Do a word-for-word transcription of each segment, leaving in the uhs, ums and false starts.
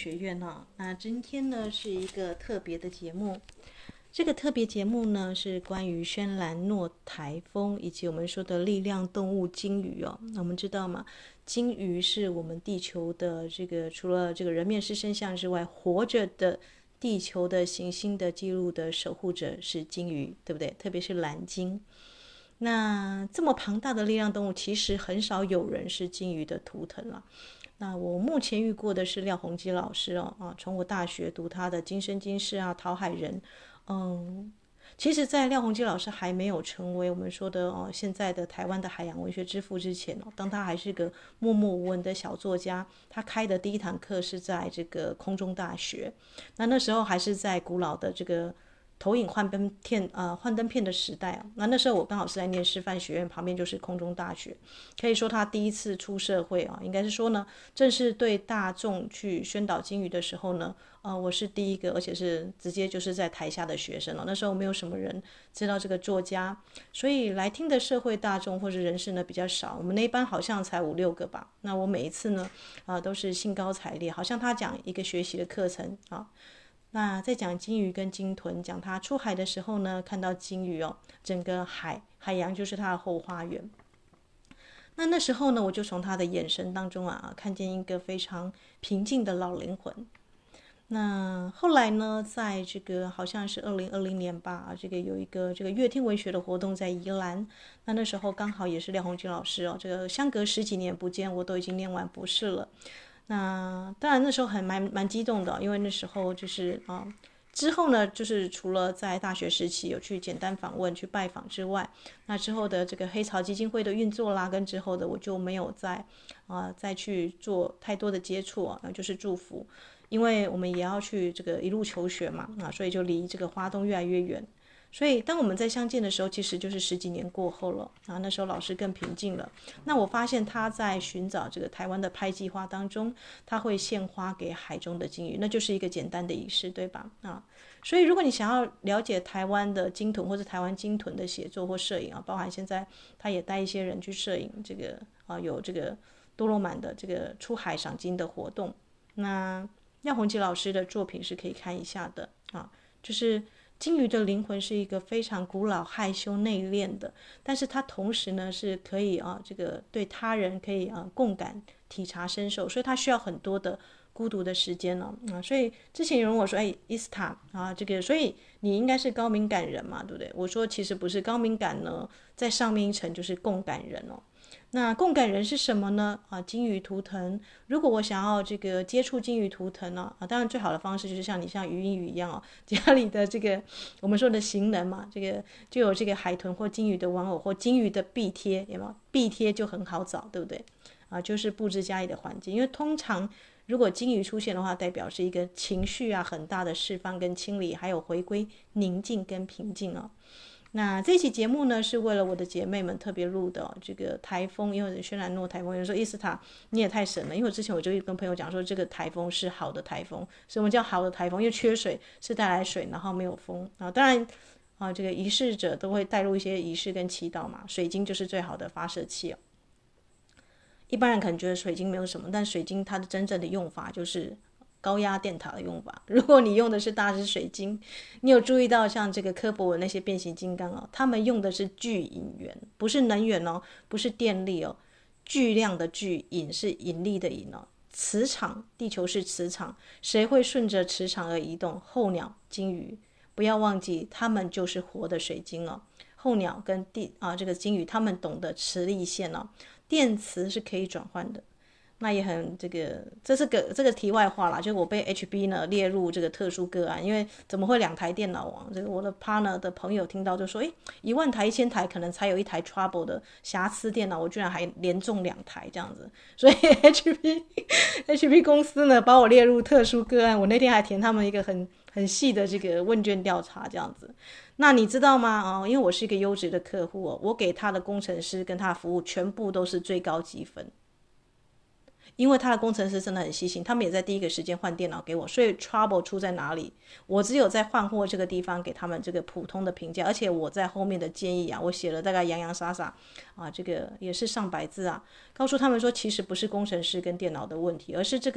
学院哦。那今天呢是一个特别的节目，这个特别节目呢是关于轩岚诺台风以及我们说的力量动物鲸鱼哦。那我们知道吗？鲸鱼是我们地球的这个除了这个人面狮身像之外，活着的地球的行星的记录的守护者是鲸鱼，对不对？特别是蓝鲸。那这么庞大的力量动物，其实很少有人是鲸鱼的图腾了。那我目前遇过的是廖鸿基老师哦，啊，从我大学读他的《今生今世》啊，《讨海人》，嗯，其实，在廖鸿基老师还没有成为我们说的哦现在的台湾的海洋文学之父之前哦，当他还是个默默无闻的小作家，他开的第一堂课是在这个空中大学，那那时候还是在古老的这个投影幻灯片呃幻灯片的时代啊，那那时候我刚好是在念师范学院，旁边就是空中大学，可以说他第一次出社会啊，应该是说呢，正式对大众去宣导鲸鱼的时候呢，呃，我是第一个，而且是直接就是在台下的学生哦。那时候没有什么人知道这个作家，所以来听的社会大众或是人士呢比较少。我们那一班好像才五六个吧。那我每一次呢，啊、呃，都是兴高采烈，好像他讲一个学习的课程啊。那在讲鲸鱼跟鲸豚，讲他出海的时候呢，看到鲸鱼哦，整个海海洋就是他的后花园。那那时候呢，我就从他的眼神当中啊，看见一个非常平静的老灵魂。那后来呢，在这个好像是二零二零年吧，这个有一个这个乐听文学的活动在宜兰。那那时候刚好也是廖鸿基老师哦，这个相隔十几年不见，我都已经念完博士了。那当然那时候很蛮蛮激动的，因为那时候就是啊，之后呢，就是除了在大学时期有去简单访问、去拜访之外，那之后的这个黑潮基金会的运作啦，跟之后的我就没有再啊再去做太多的接触啊，就是祝福，因为我们也要去这个一路求学嘛，啊，所以就离这个花东越来越远。所以当我们在相见的时候，其实就是十几年过后了啊，那时候老师更平静了。那我发现他在寻找这个台湾的拍计划当中，他会献花给海中的鲸鱼，那就是一个简单的仪式，对吧？啊，所以如果你想要了解台湾的鲸豚或者台湾鲸豚的写作或摄影啊，包含现在他也带一些人去摄影这个啊，有这个多罗满的这个出海赏鲸的活动，那廖鸿基老师的作品是可以看一下的啊，就是鲸鱼的灵魂是一个非常古老、害羞、内敛的，但是它同时呢是可以啊，这个对他人可以啊共感、体察身受，所以它需要很多的孤独的时间呢、哦、啊。所以之前有人问我说：“哎，伊斯塔啊，这个所以你应该是高敏感人嘛，对不对？”我说其实不是，高敏感呢在上面一层就是共感人哦。那共感人是什么呢？啊，鲸鱼图腾。如果我想要这个接触鲸鱼图腾呢、啊，当然最好的方式就是像你像语音语一样哦，家里的这个我们说的行人嘛，这个就有这个海豚或鲸鱼的玩偶或鲸鱼的壁贴，有没有？壁贴就很好找，对不对？啊，就是布置家里的环境，因为通常如果鲸鱼出现的话，代表是一个情绪啊很大的释放跟清理，还有回归宁静跟平静哦。那这期节目呢，是为了我的姐妹们特别录的、哦、这个台风，因为轩岚诺台风，有人说伊斯塔你也太神了，因为我之前我就跟朋友讲说，这个台风是好的台风，所以我们叫好的台风，因为缺水是带来水，然后没有风啊。当然啊，这个仪式者都会带入一些仪式跟祈祷嘛，水晶就是最好的发射器哦。一般人可能觉得水晶没有什么，但水晶它的真正的用法就是高压电塔的用法。如果你用的是大师水晶，你有注意到像这个柯博文那些变形金刚哦，他们用的是聚引源，不是能源哦，不是电力哦，巨量的巨，引是引力的引哦。磁场，地球是磁场，谁会顺着磁场而移动？候鸟、鲸鱼，不要忘记，他们就是活的水晶哦。候鸟跟地啊，这个鲸鱼，他们懂得磁力线哦。电磁是可以转换的，那也很这个，这是个这个题外话啦，就是我被 H P 呢列入这个特殊个案，因为怎么会两台电脑啊？这个我的 partner 的朋友听到就说，诶，一万台、一千台可能才有一台 trouble 的瑕疵电脑，我居然还连中两台这样子，所以 H P H P 公司呢把我列入特殊个案，我那天还填他们一个很很细的这个问卷调查这样子。那你知道吗？啊，因为我是一个优质的客户哦，我给他的工程师跟他的服务全部都是最高积分，因为他的工程师真的很细心，他们也在第一个时间换电脑给我，所以 trouble 出在哪里？我只有在换货这个地方给他们这个普通的评价，而且我在后面的建议啊，我写了大概洋洋洒洒啊，这个也是上百字啊，告诉他们说，其实不是工程师跟电脑的问题，而是这个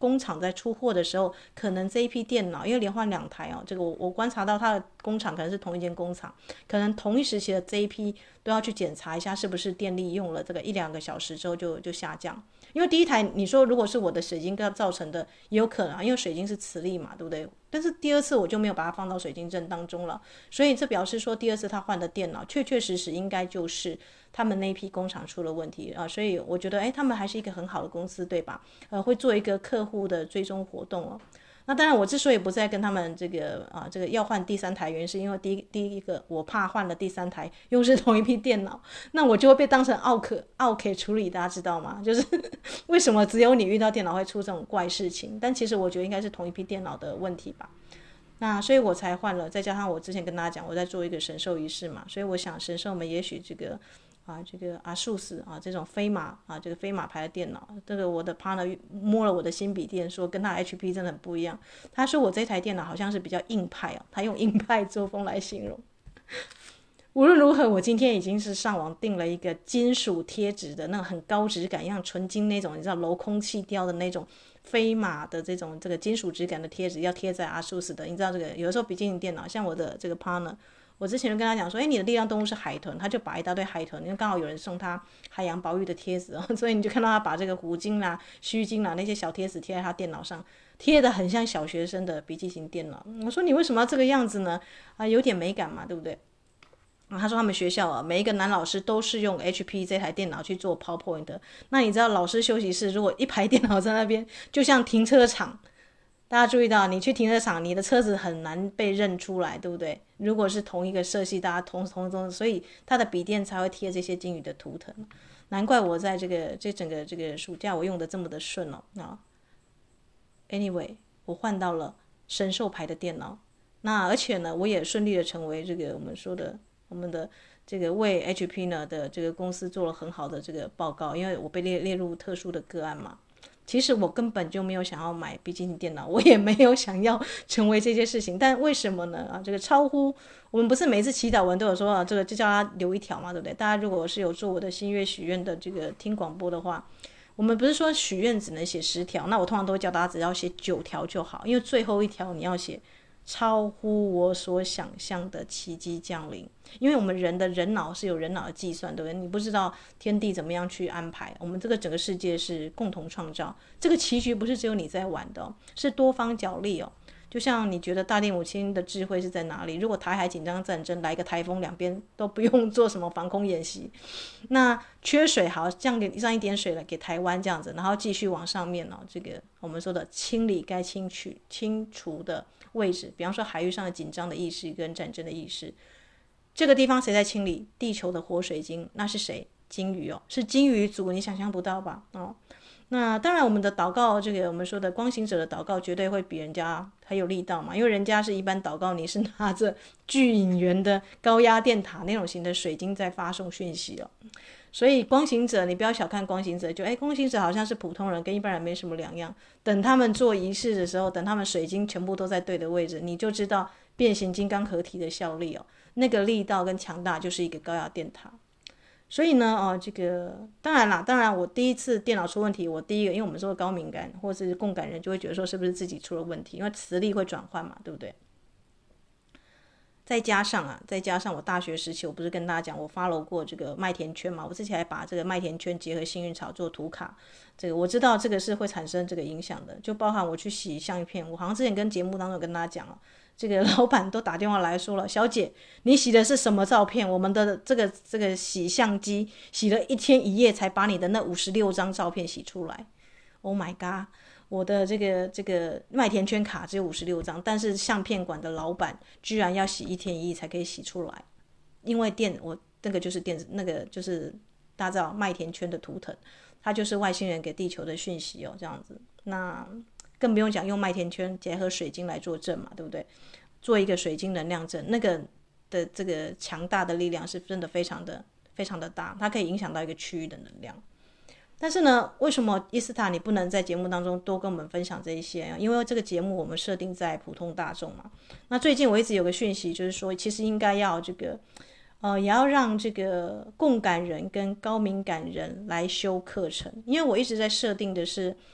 工厂在出货的时候，可能这一批电脑因为连换两台哦，这个我我观察到它的工厂可能是同一间工厂，可能同一时期的这一批都要去检查一下是不是电力用了这个一两个小时之后就就下降。因为第一台你说如果是我的水晶造成的也有可能啊，因为水晶是磁力嘛，对不对？但是第二次我就没有把它放到水晶阵当中了，所以这表示说第二次他换的电脑确确实实应该就是他们那一批工厂出了问题啊，所以我觉得哎，他们还是一个很好的公司，对吧？呃，会做一个客户的追踪活动哦。那当然，我之所以不再跟他们这个啊，这个要换第三台，原因是因为第一第一个我怕换了第三台又是同一批电脑，那我就会被当成奥克奥 K 处理，大家知道吗？就是为什么只有你遇到电脑会出这种怪事情？但其实我觉得应该是同一批电脑的问题吧。那所以我才换了，再加上我之前跟大家讲我在做一个神兽仪式嘛，所以我想神兽们也许这个啊，这个阿素斯啊，这种飞马啊，这个飞马牌的电脑，这个我的 partner 摸了我的新笔电，说跟他 H P 真的很不一样。他说我这台电脑好像是比较硬派哦，他用硬派作风来形容。无论如何，我今天已经是上网订了一个金属贴纸的那种很高质感，像纯金那种，你知道镂空气雕的那种飞马的这种这个金属质感的贴纸，要贴在阿素斯的。你知道这个有的时候笔记型电脑，像我的这个 partner。我之前就跟他讲说，哎，你的力量动物是海豚，他就把一大堆海豚，因为刚好有人送他海洋保育的贴纸哦，所以你就看到他把这个虎鲸啦、须鲸啦那些小贴纸贴在他电脑上，贴得很像小学生的笔记型电脑。我说你为什么要这个样子呢？啊，有点美感嘛，对不对？啊，他说他们学校啊，每一个男老师都是用 H P 这台电脑去做 PowerPoint 的。那你知道老师休息室如果一排电脑在那边，就像停车场。大家注意到，你去停车场，你的车子很难被认出来，对不对？如果是同一个色系，大家同同同，所以他的笔电才会贴这些鲸鱼的图腾。难怪我在这个这整个这个暑假我用的这么的顺哦啊。Anyway， 我换到了神兽牌的电脑，那而且呢，我也顺利的成为这个我们说的我们的这个为 H P 呢的这个公司做了很好的这个报告，因为我被列列入特殊的个案嘛。其实我根本就没有想要买笔记型电脑，我也没有想要成为这些事情，但为什么呢？啊，这个超乎我们不是每次祈祷文都有说啊，这个就叫他留一条嘛，对不对？大家如果是有做我的新月许愿的这个听广播的话，我们不是说许愿只能写十条，那我通常都会叫大家只要写九条就好，因为最后一条你要写超乎我所想象的奇迹降临。因为我们人的人脑是有人脑的计算，对不对？你不知道天地怎么样去安排，我们这个整个世界是共同创造，这个棋局不是只有你在玩的哦，是多方角力哦。就像你觉得大地母亲的智慧是在哪里？如果台海紧张战争来个台风，两边都不用做什么防空演习，那缺水好降给上一点水了给台湾这样子，然后继续往上面哦，这个我们说的清理该清取清除的位置，比方说海域上的紧张的意识跟战争的意识，这个地方谁在清理？地球的活水晶，那是谁？鲸鱼哦，是鲸鱼族，你想象不到吧？哦，那当然我们的祷告，这个我们说的光行者的祷告绝对会比人家很有力道嘛，因为人家是一般祷告，你是拿着巨引源的高压电塔那种型的水晶在发送讯息哦。所以光行者，你不要小看光行者，就哎，光行者好像是普通人，跟一般人没什么两样。等他们做仪式的时候，等他们水晶全部都在对的位置，你就知道变形金刚合体的效力哦，那个力道跟强大就是一个高压电塔。所以呢，哦，这个当然啦，当然我第一次电脑出问题，我第一个，因为我们说高敏感或是共感人就会觉得说是不是自己出了问题，因为磁力会转换嘛，对不对？再加上啊，再加上我大学时期，我不是跟大家讲我 follow 过这个麦田圈嘛？我之前还把这个麦田圈结合幸运草做图卡，这个我知道这个是会产生这个影响的，就包含我去洗相片，我好像之前跟节目当中有跟大家讲了，这个老板都打电话来说了，小姐，你洗的是什么照片？我们的这个这个洗相机洗了一天一夜才把你的那五十六张照片洗出来。Oh my god！我的这个这个麦田圈卡只有五十六张，但是相片馆的老板居然要洗一天一夜才可以洗出来，因为电我那个就是电子那个就是大家知道麦田圈的图腾，它就是外星人给地球的讯息哦，这样子。那更不用讲用麦田圈结合水晶来做阵嘛，对不对？做一个水晶能量阵，那个的这个强大的力量是真的非常的非常的大，它可以影响到一个区域的能量。但是呢，为什么伊斯塔你不能在节目当中多跟我们分享这一些？因为这个节目我们设定在普通大众嘛。那最近我一直有个讯息，就是说其实应该要这个呃，也要让这个共感人跟高敏感人来修课程，因为我一直在设定的是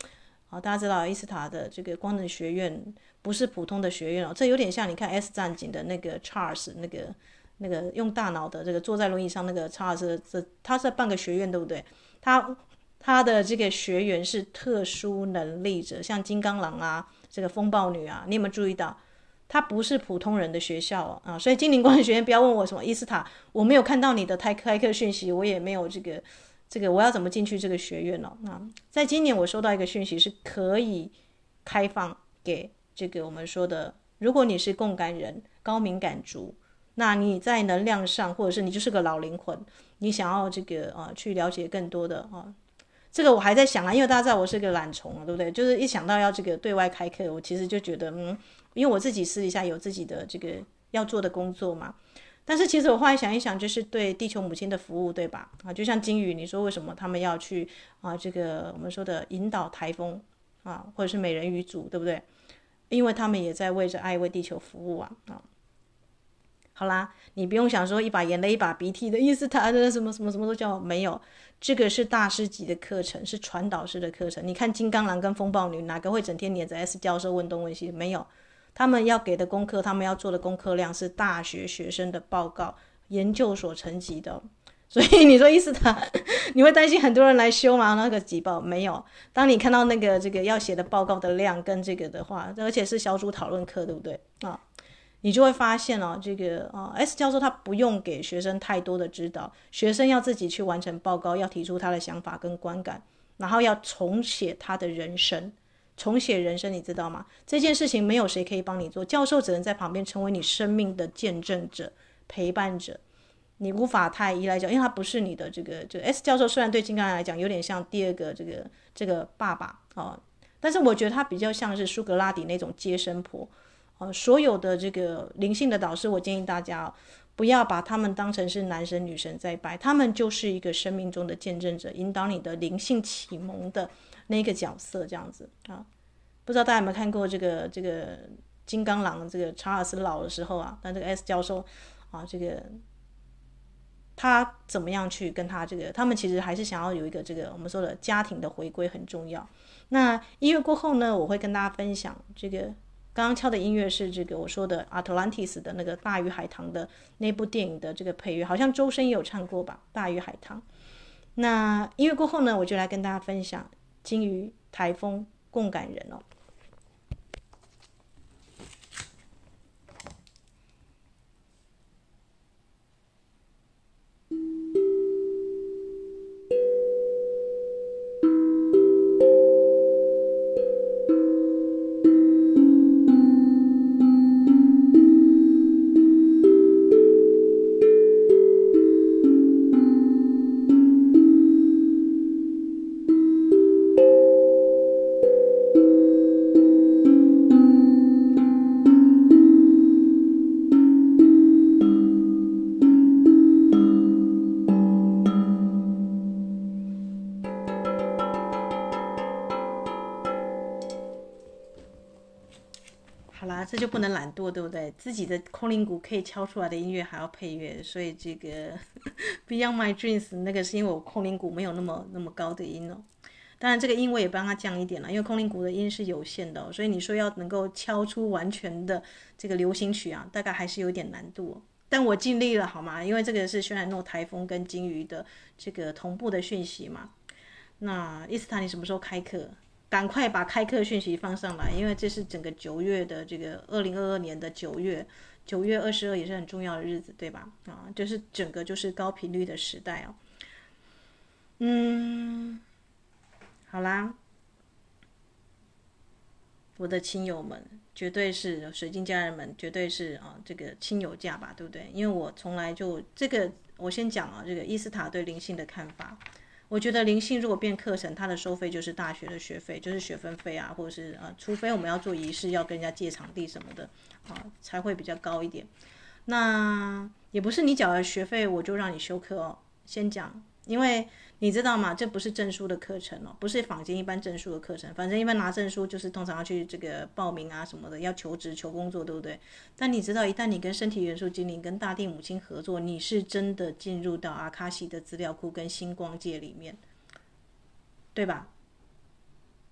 好，大家知道伊斯塔的这个光能学院不是普通的学院哦，这有点像你看 S 战警的那个 Charles 那个那个用大脑的这个坐在轮椅上那个 Charles， 这他是半个学院对不对？他他的这个学员是特殊能力者，像金刚狼啊，这个风暴女啊，你有没有注意到？它不是普通人的学校啊，啊所以精灵光能学院不要问我什么伊斯塔，我没有看到你的开开课讯息，我也没有这个这个我要怎么进去这个学院哦？啊，在今年我收到一个讯息是可以开放给这个我们说的，如果你是共感人、高敏感族，那你在能量上，或者是你就是个老灵魂，你想要这个啊去了解更多的啊。这个我还在想啊，因为大家知道我是个懒虫啊，对不对？就是一想到要这个对外开课，我其实就觉得，嗯，因为我自己私底下有自己的这个要做的工作嘛。但是其实我后来想一想，就是对地球母亲的服务，对吧？啊，就像金鱼，你说为什么他们要去啊？这个我们说的引导台风啊，或者是美人鱼组，对不对？因为他们也在为着爱、为地球服务啊啊。好啦，你不用想说一把眼泪一把鼻涕的意思，他的什么什么什么都叫没有，这个是大师级的课程，是传导式的课程。你看金刚狼跟风暴女哪个会整天黏着 S 教授问东问西？没有，他们要给的功课，他们要做的功课量是大学学生的报告，研究所层级的。所以你说伊斯塔，你会担心很多人来修吗？那个几报没有。当你看到那个这个要写的报告的量跟这个的话，而且是小组讨论课，对不对啊？你就会发现哦，这个啊 S 教授他不用给学生太多的指导，学生要自己去完成报告，要提出他的想法跟观感，然后要重写他的人生。重写人生，你知道吗？这件事情没有谁可以帮你做，教授只能在旁边成为你生命的见证者、陪伴者。你无法太依赖讲，因为他不是你的这个这个 S 教授，虽然对金刚来讲有点像第二个这个这个爸爸哦，但是我觉得他比较像是苏格拉底那种接生婆。呃，所有的这个灵性的导师，我建议大家、哦、不要把他们当成是男神女神在拜，他们就是一个生命中的见证者，引导你的灵性启蒙的那个角色，这样子啊。不知道大家有没有看过这个这个金刚狼这个查尔斯老的时候啊，但这个 S 教授啊，这个他怎么样去跟他这个，他们其实还是想要有一个这个我们说的家庭的回归很重要。那音乐过后呢，我会跟大家分享这个。刚刚敲的音乐是这个我说的 Atlantis 的那个大鱼海棠的那部电影的这个配乐，好像周深也有唱过吧，大鱼海棠。那音乐过后呢，我就来跟大家分享金鱼、台风、共感人哦。这就不能懒惰，对不对？自己的空灵鼓可以敲出来的音乐还要配乐，所以这个Beyond My Dreams 那个是因为我空灵鼓没有那么那么高的音哦。当然这个音我也帮它降一点了，因为空灵鼓的音是有限的、哦，所以你说要能够敲出完全的这个流行曲啊，大概还是有点难度、哦。但我尽力了，好吗？因为这个是轩冉诺台风跟金鱼的这个同步的讯息嘛。那伊斯塔你什么时候开课？赶快把开课讯息放上来，因为这是整个九月的这个二零二二年的九月，九月二十二也是很重要的日子，对吧？啊，就是整个就是高频率的时代哦。嗯，好啦，我的亲友们，绝对是水晶家人们，绝对是啊这个亲友价吧，对不对？因为我从来就这个，我先讲啊，这个伊斯塔对灵性的看法。我觉得灵性如果变课程，它的收费就是大学的学费，就是学分费啊，或者是呃，除非我们要做仪式，要跟人家借场地什么的，啊，才会比较高一点。那也不是你缴了学费我就让你修课哦，先讲，因为你知道吗？这不是证书的课程哦，不是坊间一般证书的课程。反正一般拿证书就是通常要去这个报名啊什么的，要求职求工作，对不对？但你知道，一旦你跟身体元素精灵、跟大地母亲合作，你是真的进入到阿卡西的资料库跟星光界里面，对吧？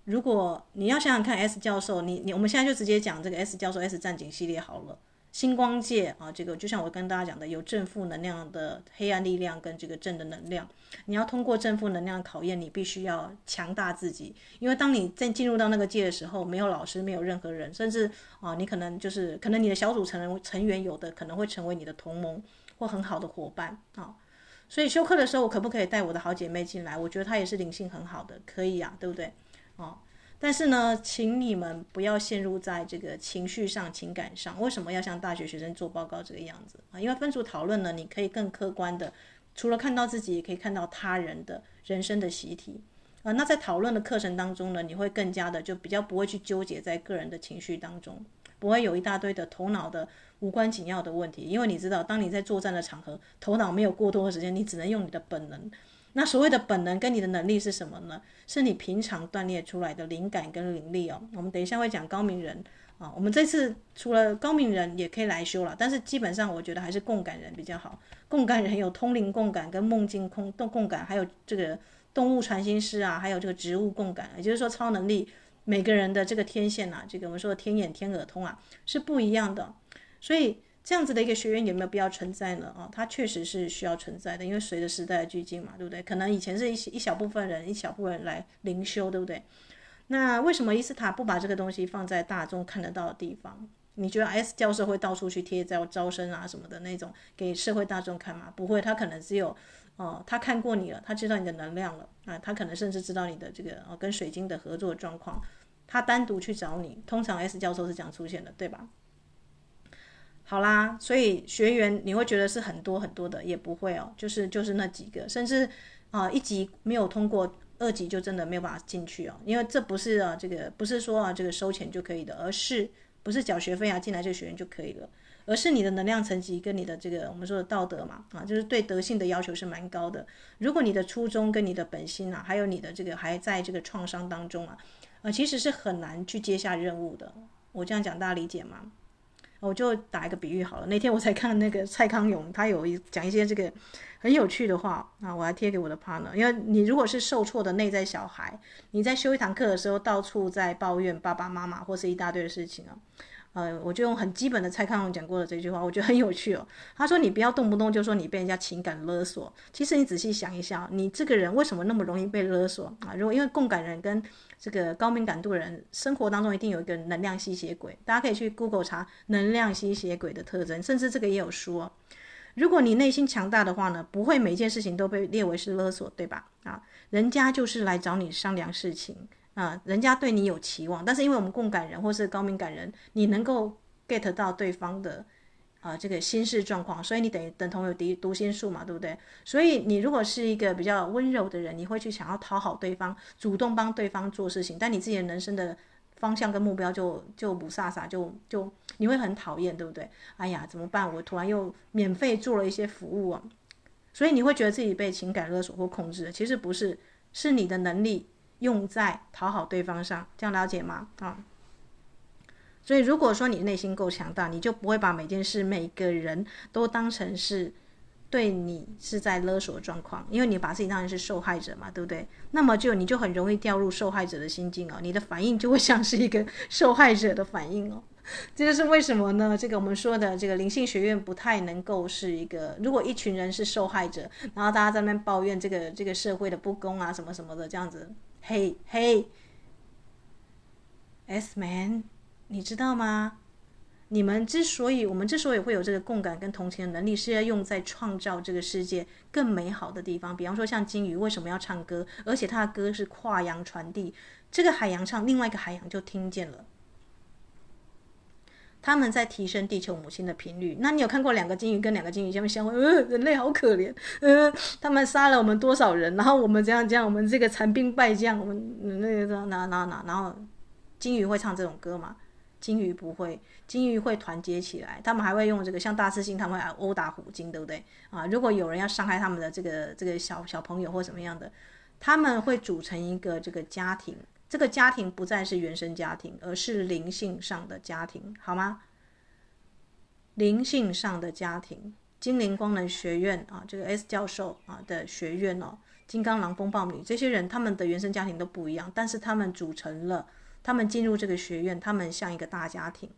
如果你要想想看 S 教授，你你我们现在就直接讲这个 S 教授 S 战警系列好了。星光界啊，这个就像我跟大家讲的，有正负能量的黑暗力量跟这个正的能量。你要通过正负能量考验，你必须要强大自己。因为当你在进入到那个界的时候，没有老师，没有任何人，甚至啊，你可能就是可能你的小组成成员有的可能会成为你的同盟或很好的伙伴啊。所以修课的时候，我可不可以带我的好姐妹进来？我觉得她也是灵性很好的，可以啊，对不对？哦。但是呢，请你们不要陷入在这个情绪上、情感上。为什么要向大学学生做报告这个样子啊？因为分组讨论呢，你可以更客观的，除了看到自己，也可以看到他人的人生的习题啊。那在讨论的课程当中呢，你会更加的就比较不会去纠结在个人的情绪当中，不会有一大堆的头脑的无关紧要的问题。因为你知道，当你在作战的场合，头脑没有过多的时间，你只能用你的本能。那所谓的本能跟你的能力是什么呢？是你平常锻炼出来的灵感跟灵力哦。我们等一下会讲高明人啊，我们这次除了高明人也可以来修了，但是基本上我觉得还是共感人比较好。共感人有通灵共感跟梦境共共感，还有这个动物传心师啊，还有这个植物共感，也就是说超能力每个人的这个天线啊，这个我们说的天眼天耳通啊是不一样的，所以。这样子的一个学院有没有必要存在呢？哦，它确实是需要存在的，因为随着时代的巨进嘛，对不对？可能以前是一一小部分人，一小部分人来灵修，对不对？那为什么伊斯塔不把这个东西放在大众看得到的地方？你觉得 S 教授会到处去贴在招生啊什么的那种给社会大众看吗？不会，他可能只有哦、呃，他看过你了，他知道你的能量了啊，他可能甚至知道你的这个哦、呃、跟水晶的合作状况，他单独去找你。通常 S 教授是这样出现的，对吧？好啦，所以学员你会觉得是很多很多的，也不会哦，就是就是那几个，甚至啊、呃、一级没有通过，二级就真的没有办法进去哦，因为这不是啊这个不是说啊这个收钱就可以的，而是不是缴学费啊进来这个学员就可以了，而是你的能量层级跟你的这个我们说的道德嘛啊，就是对德性的要求是蛮高的。如果你的初衷跟你的本心啊，还有你的这个还在这个创伤当中啊，呃其实是很难去接下任务的。我这样讲大家理解吗？我就打一个比喻好了，那天我才看那个蔡康永，他有一讲一些这个很有趣的话啊，我还贴给我的 partner。因为你如果是受挫的内在小孩，你在修一堂课的时候，到处在抱怨爸爸妈妈或是一大堆的事情啊，呃，我就用很基本的蔡康永讲过的这句话，我觉得很有趣哦。他说：“你不要动不动就说你被人家情感勒索，其实你仔细想一下，你这个人为什么那么容易被勒索啊？如果因为共感人跟这个高敏感度的人，生活当中一定有一个能量吸血鬼，大家可以去 Google 查能量吸血鬼的特征，甚至这个也有说、哦。如果你内心强大的话呢，不会每件事情都被列为是勒索，对吧？啊，人家就是来找你商量事情。”啊，人家对你有期望，但是因为我们共感人或是高敏感人，你能够 get 到对方的啊、呃、这个心事状况，所以你等于等同有读读心术嘛，对不对？所以你如果是一个比较温柔的人，你会去想要讨好对方，主动帮对方做事情，但你自己的人生的方向跟目标就就不飒飒，就就你会很讨厌，对不对？哎呀，怎么办？我突然又免费做了一些服务啊，所以你会觉得自己被情感勒索或控制，其实不是，是你的能力用在讨好对方上，这样了解吗？啊，所以如果说你内心够强大，你就不会把每件事、每个人都当成是对你是在勒索状况，因为你把自己当成是受害者嘛，对不对？那么就你就很容易掉入受害者的心境哦，你的反应就会像是一个受害者的反应哦。这就是为什么呢？这个我们说的这个灵性学院不太能够是一个，如果一群人是受害者，然后大家在那边抱怨这个这个社会的不公啊什么什么的这样子，嘿嘿 ，S man， 你知道吗？你们之所以我们之所以会有这个共感跟同情的能力，是要用在创造这个世界更美好的地方。比方说像金鱼为什么要唱歌，而且他的歌是跨洋传递，这个海洋唱，另外一个海洋就听见了。他们在提升地球母亲的频率。那你有看过两个金鱼跟两个金鱼相相会？呃，人类好可怜，呃，他们杀了我们多少人，然后我们这样这样，我们这个残兵败将，我们那个哪哪哪，然后金鱼会唱这种歌吗？金鱼不会，金鱼会团结起来，他们还会用这个像大猩猩，他们会殴打虎鲸，对不对啊？如果有人要伤害他们的这个这个小小朋友或什么样的，他们会组成一个这个家庭。这个家庭不再是原生家庭，而是灵性上的家庭，好吗？灵性上的家庭，精灵光能学院啊，这个 S 教授啊的学院哦， 金刚狼、风暴女这些人，他们的原生家庭都不一样，但是他们组成了，他们进入这个学院，他们像一个大家庭，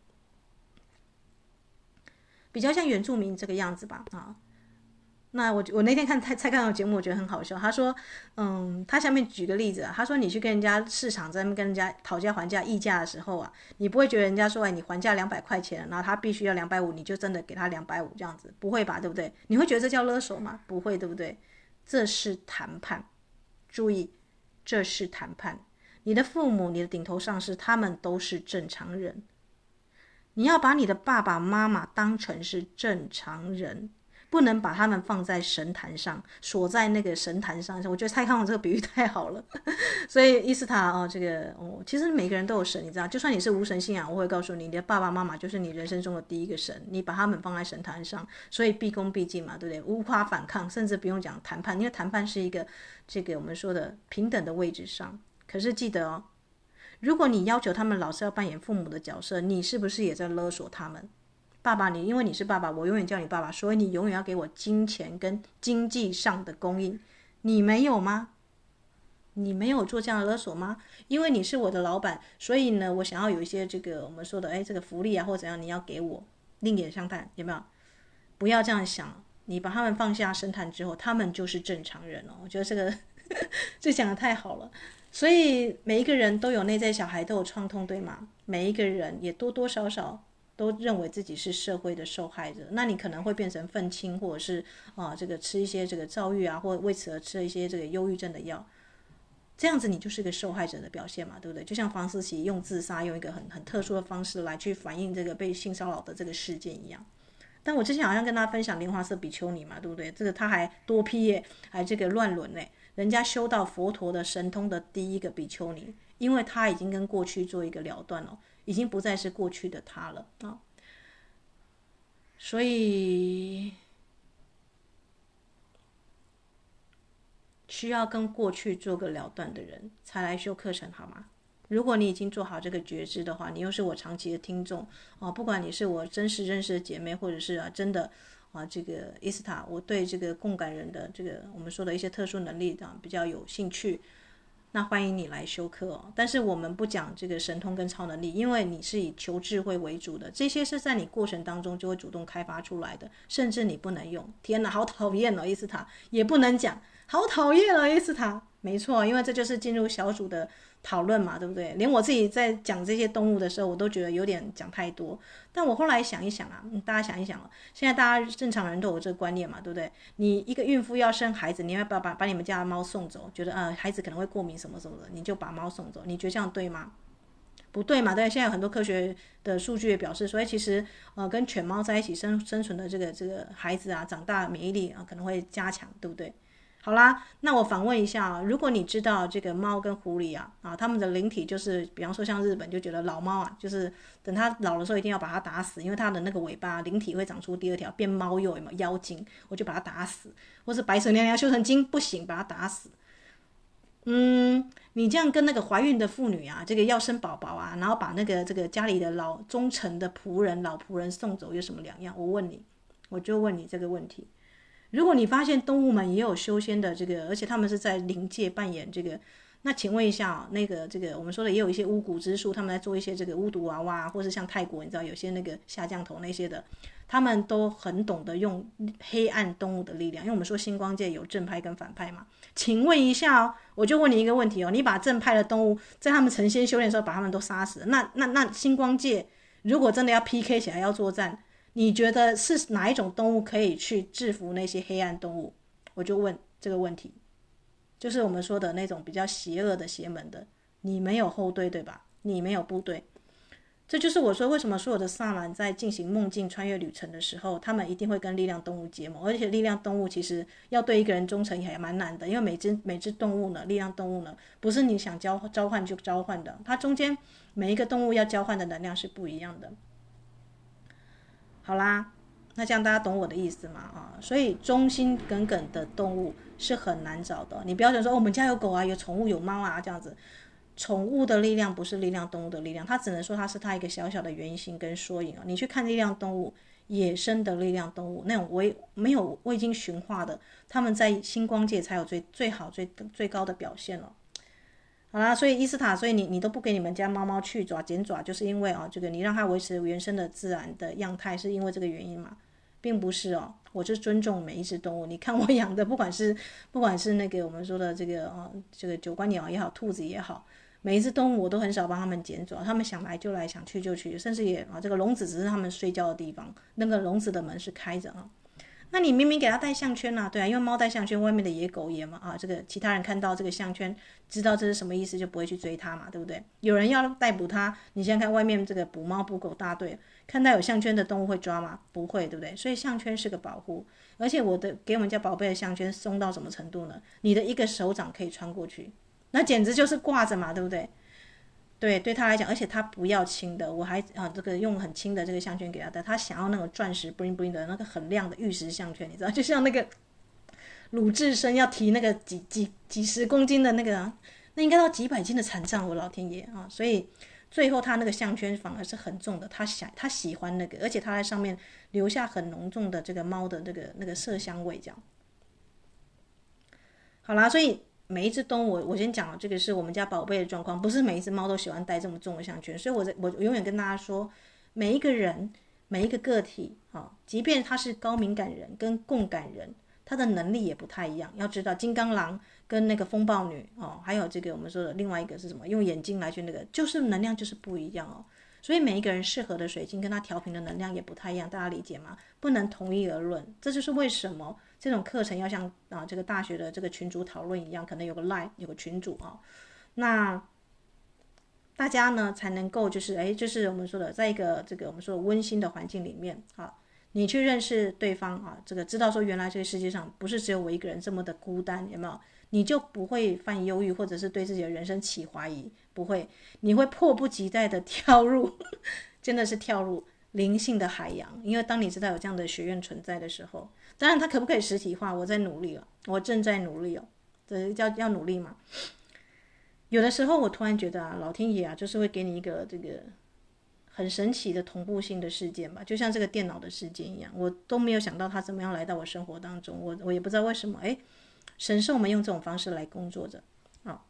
比较像原住民这个样子吧啊。那我我那天看蔡蔡康永节目，我觉得很好笑。他说，嗯，他下面举个例子啊，他说你去跟人家市场在那边跟人家讨价还价议价的时候啊，你不会觉得人家说，哎，你还价两百块钱，然后他必须要两百五，你就真的给他两百五这样子，不会吧，对不对？你会觉得这叫勒索吗？不会，对不对？这是谈判，注意，这是谈判。你的父母、你的顶头上司，他们都是正常人，你要把你的爸爸妈妈当成是正常人。不能把他们放在神坛上，锁在那个神坛上。我觉得蔡康永这个比喻太好了。所以伊斯塔哦，这个哦，其实每个人都有神，你知道，就算你是无神信仰，我会告诉你，你的爸爸妈妈就是你人生中的第一个神，你把他们放在神坛上，所以毕恭毕敬嘛，对不对？无法反抗，甚至不用讲谈判，因为谈判是一个这个我们说的平等的位置上。可是记得哦，如果你要求他们老是要扮演父母的角色，你是不是也在勒索他们？爸爸你，因为你是爸爸，我永远叫你爸爸，所以你永远要给我金钱跟经济上的供应，你没有吗？你没有做这样的勒索吗？因为你是我的老板，所以呢，我想要有一些这个我们说的，哎，这个福利啊或怎样，你要给我，另眼相待，有没有？不要这样想，你把他们放下神坛之后，他们就是正常人哦。我觉得这个这讲的太好了。所以每一个人都有内在小孩，都有创痛，对吗？每一个人也多多少少都认为自己是社会的受害者，那你可能会变成愤青，或者是啊、呃、这个吃一些这个躁郁啊，或者为此而吃一些这个忧郁症的药，这样子你就是个受害者的表现嘛，对不对？就像房思琪用自杀，用一个很很特殊的方式来去反映这个被性骚扰的这个事件一样。但我之前好像跟大家分享莲花色比丘尼嘛，对不对？这个他还多批耶，还这个乱伦嘞，人家修到佛陀的神通的第一个比丘尼，因为他已经跟过去做一个了断了，已经不再是过去的他了啊。所以需要跟过去做个了断的人才来修课程，好吗？如果你已经做好这个觉知的话，你又是我长期的听众啊，不管你是我真实认识的姐妹，或者是啊真的啊这个伊斯塔，我对这个共感人的这个我们说的一些特殊能力啊比较有兴趣，那欢迎你来修课哦。但是我们不讲这个神通跟超能力，因为你是以求智慧为主的，这些是在你过程当中就会主动开发出来的，甚至你不能用。天哪，好讨厌哦，伊斯塔也不能讲，好讨厌哦，伊斯塔。没错，因为这就是进入小组的讨论嘛，对不对？连我自己在讲这些动物的时候，我都觉得有点讲太多。但我后来想一想啊，嗯、大家想一想哦，现在大家正常人都有这个观念嘛，对不对？你一个孕妇要生孩子，你要不要把把你们家的猫送走？觉得呃孩子可能会过敏什么什么的，你就把猫送走，你觉得这样对吗？不对嘛？对，现在有很多科学的数据也表示，所以其实呃跟犬猫在一起生生存的这个这个孩子啊，长大免疫力啊可能会加强，对不对？好啦，那我反问一下啊，如果你知道这个猫跟狐狸啊啊，它们的灵体就是，比方说像日本就觉得老猫啊，就是等它老的时候一定要把它打死，因为它的那个尾巴灵体会长出第二条变猫鼬，有没有妖精？我就把它打死，或是白蛇娘娘修成精不行，把它打死。嗯，你这样跟那个怀孕的妇女啊，这个要生宝宝啊，然后把那个这个家里的老忠诚的仆人、老仆人送走有什么两样？我问你，我就问你这个问题。如果你发现动物们也有修仙的这个，而且他们是在灵界扮演这个，那请问一下啊，那个这个我们说的也有一些巫蛊之术，他们在做一些这个巫毒娃娃，或是像泰国你知道有些那个下降头那些的，他们都很懂得用黑暗动物的力量，因为我们说星光界有正派跟反派嘛。请问一下哦，我就问你一个问题哦，你把正派的动物在他们成仙修炼的时候把他们都杀死了，那那那星光界如果真的要 P K 起来要作战，你觉得是哪一种动物可以去制服那些黑暗动物？我就问这个问题，就是我们说的那种比较邪恶的邪门的，你没有后队对吧？你没有部队，这就是我说为什么所有的萨满在进行梦境穿越旅程的时候，他们一定会跟力量动物结盟，而且力量动物其实要对一个人忠诚也蛮难的，因为每只每只动物呢，力量动物呢，不是你想交召唤就召唤的，它中间每一个动物要交换的能量是不一样的。好啦，那这样大家懂我的意思吗？啊，所以忠心耿耿的动物是很难找的。你不要想说、哦、我们家有狗啊，有宠物有猫啊这样子，宠物的力量不是力量动物的力量，它只能说它是它一个小小的原型跟缩影啊。你去看力量动物， 野生的力量动物，那种未没有未经驯化的，他们在星光界才有最最好最最高的表现了。好啦，所以伊斯塔，所以你你都不给你们家猫猫去爪剪爪，就是因为啊，这个你让它维持原生的自然的样态，是因为这个原因嘛？并不是哦，我是尊重每一只动物。你看我养的，不管是不管是那个我们说的这个啊，这个九官鸟也好，兔子也好。每一只动物我都很少帮他们剪爪，他们想来就来，想去就去，甚至也啊，这个笼子只是他们睡觉的地方，那个笼子的门是开着啊。那你明明给它戴项圈啊，对啊，因为猫戴项圈，外面的野狗也嘛啊，这个其他人看到这个项圈，知道这是什么意思，就不会去追它嘛，对不对？有人要逮捕它，你想想看，外面这个捕猫捕狗大队，看到有项圈的动物会抓吗？不会，对不对？所以项圈是个保护，而且我的给我们家宝贝的项圈松到什么程度呢？你的一个手掌可以穿过去。那简直就是挂着嘛，对不对？对，对他来讲，而且他不要轻的，我还啊这个用很轻的这个项圈给他戴，他想要那种钻石 bling bling 的那个很亮的玉石项圈，你知道，就像那个鲁智深要提那个几几几十公斤的那个、啊，那应该到几百斤的残障，我老天爷啊！所以最后他那个项圈反而是很重的，他想他喜欢那个，而且他在上面留下很浓重的这个猫的那个那个麝香味，这样。好啦，所以每一只动物，我先讲了，这个是我们家宝贝的状况，不是每一只猫都喜欢戴这么重的项圈，所以我在我永远跟大家说，每一个人每一个个体啊，即便他是高敏感人跟共感人，他的能力也不太一样。要知道，金刚狼跟那个风暴女哦，还有这个我们说的另外一个是什么？用眼睛来去那个，就是能量就是不一样哦。所以每一个人适合的水晶跟他调频的能量也不太一样，大家理解吗？不能同一而论，这就是为什么这种课程要像啊这个大学的这个群组讨论一样，可能有个 line 有个群组啊，那大家呢才能够就是哎，就是我们说的，在一个这个我们说的温馨的环境里面啊，你去认识对方啊，这个知道说原来这个世界上不是只有我一个人这么的孤单，有没有？你就不会犯忧郁，或者是对自己的人生起怀疑，不会，你会迫不及待的跳入，真的是跳入灵性的海洋。因为当你知道有这样的学院存在的时候，当然它可不可以实体化，我在努力了，我正在努力哦，这叫要努力嘛。有的时候我突然觉得啊，老天爷啊，就是会给你一个这个很神奇的同步性的事件吧，就像这个电脑的事件一样，我都没有想到它怎么样来到我生活当中，我我也不知道为什么，哎。神圣我们用这种方式来工作着，哦，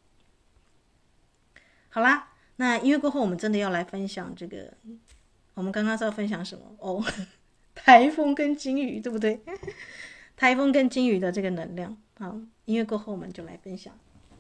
好啦，那音乐过后，我们真的要来分享这个，我们刚刚是要分享什么？哦，台风跟金鱼，对不对？台风跟金鱼的这个能量，好，音乐过后我们就来分享。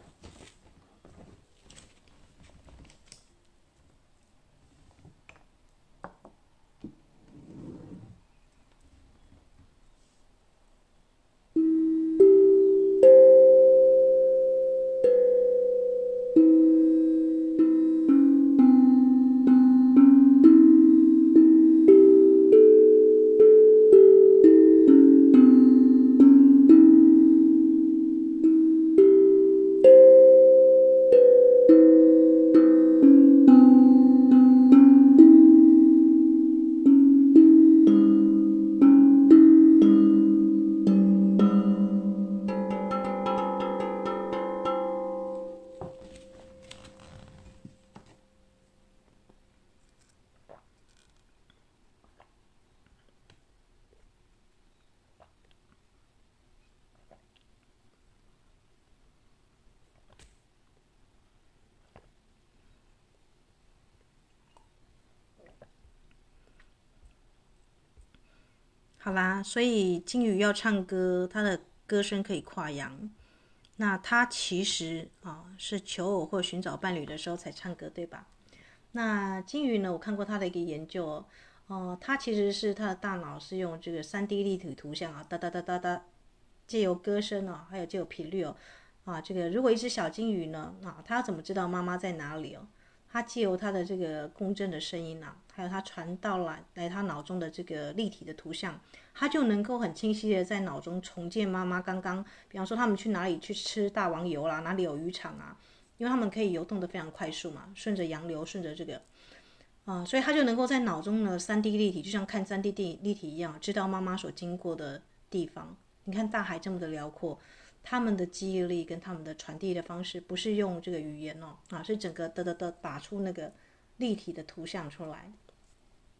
好啦，所以金鱼要唱歌，它的歌声可以跨洋。那它其实啊是求偶或寻找伴侣的时候才唱歌，对吧？那金鱼呢？我看过它的一个研究哦，呃，它其实是它的大脑是用这个三 D 立体图像啊，哒哒哒哒哒，借由歌声哦，还有借由频率哦，啊，这个如果一只小金鱼呢，啊，它要怎么知道妈妈在哪里哦？它借由它的这个共振的声音啊，还有它传到来来它脑中的这个立体的图像，它就能够很清晰的在脑中重建妈妈刚刚，比方说他们去哪里去吃大王游啦，哪里有渔场啊，因为他们可以游动的非常快速嘛，顺着洋流，顺着这个啊、呃，所以他就能够在脑中呢三 D 立体，就像看三 D 立立体一样，知道妈妈所经过的地方。你看大海这么的辽阔。他们的记忆力跟他们的传递的方式不是用这个语言哦，啊，是整个的的的打出那个立体的图像出来。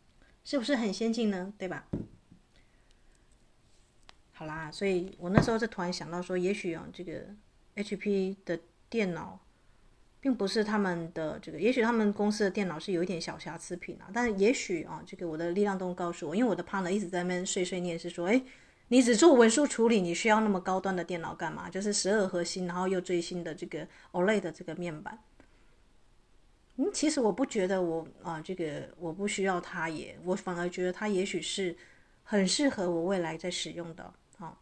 是不是很先进呢？对吧？好啦，所以我那时候就突然想到说，也许啊，这个 H P 的电脑并不是他们的这个，也许他们公司的电脑是有一点小瑕疵品啊，但是也许啊，这个我的力量动物告诉我，因为我的 partner 一直在那边碎碎念，是说，哎，你只做文书处理，你需要那么高端的电脑干嘛？就是十二核心，然后又最新的这个 O L E D 的这个面板。嗯，其实我不觉得我啊，这个我不需要它也，我反而觉得它也许是很适合我未来在使用的。好，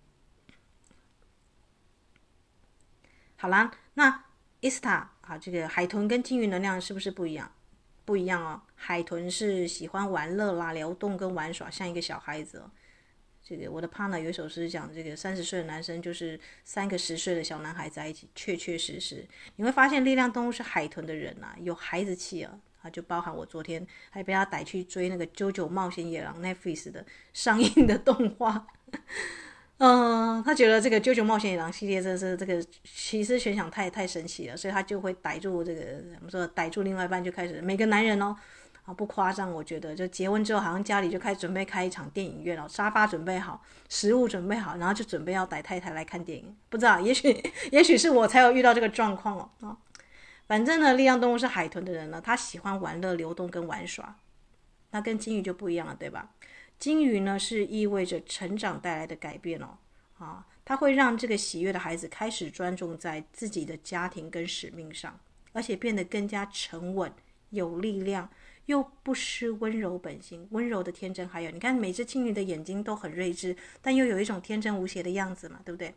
好啦，那 I S T A 啊，这个海豚跟鲸鱼能量是不是不一样？不一样哦。海豚是喜欢玩乐啦、撩动跟玩耍，像一个小孩子哦。这个我的 partner 有一首诗讲，这个三十岁的男生就是三个十岁的小男孩在一起，确确实实，你会发现力量动物是海豚的人啊，有孩子气啊，啊，就包含我昨天还被他逮去追那个《啾啾冒险野狼》Netflix 的上映的动画，嗯、呃，他觉得这个《啾啾冒险野狼》系列真的是这个其实悬想太太神奇了，所以他就会逮住这个怎么说，逮住另外一半就开始每个男人哦。啊，不夸张，我觉得就结婚之后，好像家里就开始准备开一场电影院了，沙发准备好，食物准备好，然后就准备要带太太来看电影。不知道，也许也许是我才有遇到这个状况哦。啊，反正呢，力量动物是海豚的人呢，他喜欢玩乐、流动跟玩耍，那跟金鱼就不一样了，对吧？金鱼呢是意味着成长带来的改变哦，啊，它会让这个喜悦的孩子开始专注在自己的家庭跟使命上，而且变得更加沉稳、有力量。又不失温柔本性，温柔的天真，还有你看每只金鱼的眼睛都很睿智，但又有一种天真无邪的样子嘛，对不对？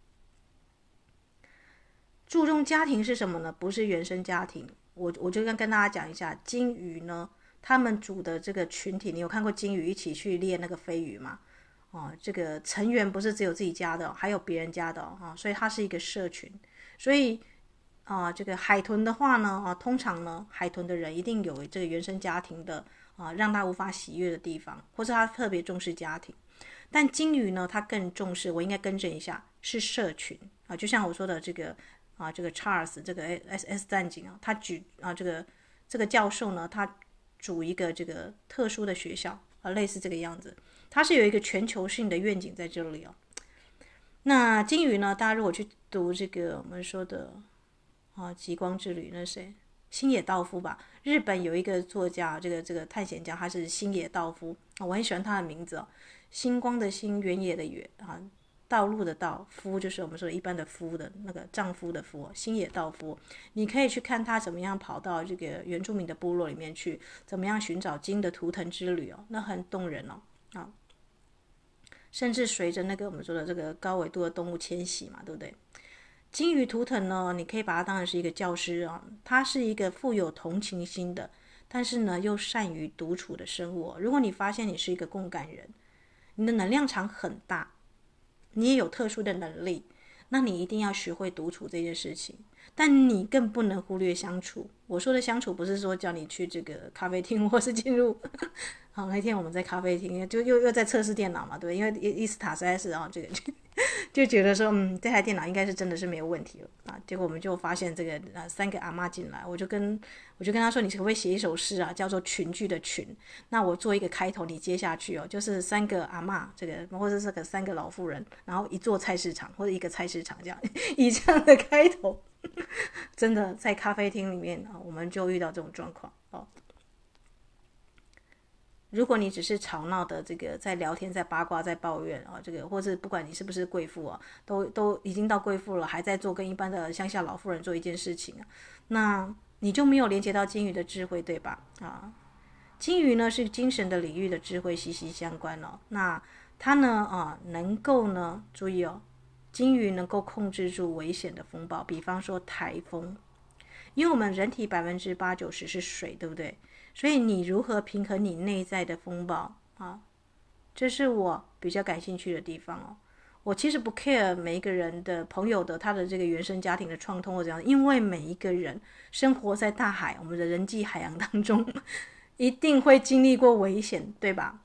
注重家庭是什么呢？不是原生家庭，我我就跟跟大家讲一下，金鱼呢，他们组的这个群体，你有看过金鱼一起去猎那个飞鱼吗？哦，这个成员不是只有自己家的，还有别人家的哦，所以它是一个社群，所以。啊，这个海豚的话呢，啊，通常呢，海豚的人一定有这个原生家庭的啊，让他无法喜悦的地方，或者他特别重视家庭。但金鱼呢，他更重视，我应该更正一下，是社群啊，就像我说的这个啊，这个 Charles 这个 S S 战警啊，他举啊这个这个教授呢，他组一个这个特殊的学校啊，类似这个样子，他是有一个全球性的愿景在这里哦。那金鱼呢，大家如果去读这个我们说的。啊，极光之旅那谁？星野道夫吧。日本有一个作家，这个这个探险家，他是星野道夫，我很喜欢他的名字哦。星光的星，原野的野啊，道路的道，夫就是我们说的一般的夫的那个丈夫的夫，星野道夫。你可以去看他怎么样跑到这个原住民的部落里面去，怎么样寻找金的图腾之旅哦，那很动人哦啊。甚至随着那个我们说的这个高纬度的动物迁徙嘛，对不对？金鱼图腾呢，你可以把它当成是一个教师啊，它是一个富有同情心的，但是呢又善于独处的生物。如果你发现你是一个共感人，你的能量场很大，你也有特殊的能力，那你一定要学会独处这件事情。但你更不能忽略相处。我说的相处不是说叫你去这个咖啡厅或是进入好，那天我们在咖啡厅就又又在测试电脑嘛，对不对？因为伊斯塔实在是啊这个就觉得说，嗯，这台电脑应该是真的是没有问题了啊。结果我们就发现这个呃三个阿嬷进来，我就跟我就跟他说，你可不可以写一首诗啊，叫做群聚的群。那我做一个开头，你接下去哦，就是三个阿嬷这个，或者是个三个老妇人，然后一座菜市场或者一个菜市场这样，以这样的开头，真的在咖啡厅里面啊，我们就遇到这种状况哦。如果你只是吵闹的这个在聊天、在八卦、在抱怨啊，这个或是不管你是不是贵妇啊，都都已经到贵妇了，还在做跟一般的乡下老妇人做一件事情啊，那你就没有连接到金鱼的智慧，对吧？啊，金鱼呢是精神的领域的智慧息息相关哦。那它呢啊能够呢，注意哦，金鱼能够控制住危险的风暴，比方说台风，因为我们人体百分之八九十是水，对不对？所以你如何平衡你内在的风暴啊？这是我比较感兴趣的地方哦。我其实不 care 每一个人的朋友的他的这个原生家庭的创痛或怎样，因为每一个人生活在大海，我们的人际海洋当中，一定会经历过危险，对吧？可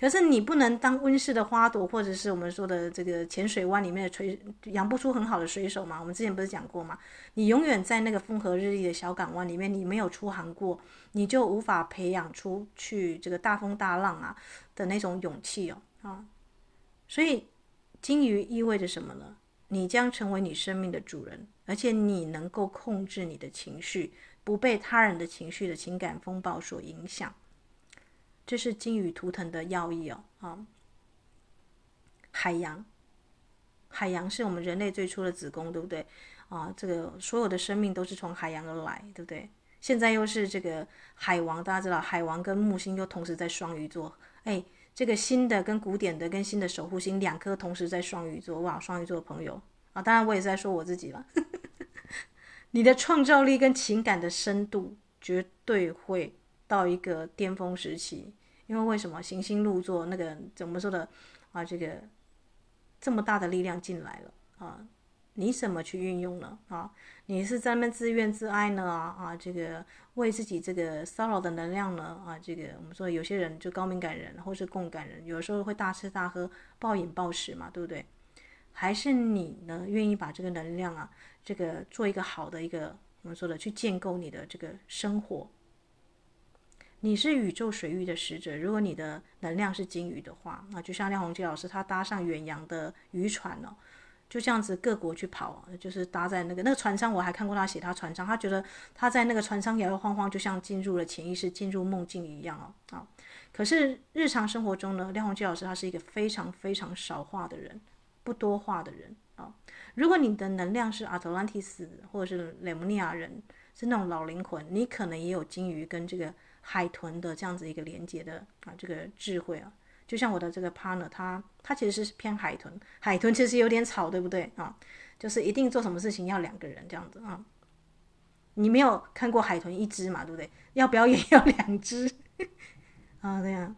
可是你不能当温室的花朵，或者是我们说的这个浅水湾里面的水，养不出很好的水手嘛。我们之前不是讲过吗？你永远在那个风和日丽的小港湾里面，你没有出航过，你就无法培养出去这个大风大浪啊的那种勇气哦啊。所以金鱼意味着什么呢？你将成为你生命的主人，而且你能够控制你的情绪，不被他人的情绪的情感风暴所影响。这是金鱼图腾的要义哦啊。海洋，海洋是我们人类最初的子宫，对不对啊？这个所有的生命都是从海洋而来，对不对？现在又是这个海王，大家知道海王跟木星又同时在双鱼座，哎，这个新的跟古典的跟新的守护星两颗同时在双鱼座，哇，双鱼座的朋友啊，当然我也是在说我自己了。你的创造力跟情感的深度绝对会到一个巅峰时期，因为为什么行星入座那个怎么说的啊？这个这么大的力量进来了啊，你怎么去运用呢？啊，你是在那边自怨自艾呢啊啊，这个为自己这个骚扰的能量呢啊，这个我们说有些人就高敏感人或是共感人，有时候会大吃大喝、暴饮暴食嘛，对不对？还是你呢愿意把这个能量啊，这个做一个好的一个我们说的去建构你的这个生活？你是宇宙水域的使者，如果你的能量是金鱼的话，那就像廖鸿基老师他搭上远洋的渔船哦，就这样子各国去跑，就是搭在那个那个船舱，我还看过他写他船舱，他觉得他在那个船舱摇摇晃晃，就像进入了潜意识、进入梦境一样哦啊。可是日常生活中呢，廖鸿基老师他是一个非常非常少话的人，不多话的人啊。如果你的能量是阿特兰蒂斯或者是雷姆尼亚人，是那种老灵魂，你可能也有金鱼跟这个海豚的这样子一个连接的啊，这个智慧啊。就像我的这个 partner， 他他其实是偏海豚，海豚其实有点吵，对不对啊？就是一定做什么事情要两个人这样子啊。你没有看过海豚一只嘛，对不对？要表演要两只啊，对呀。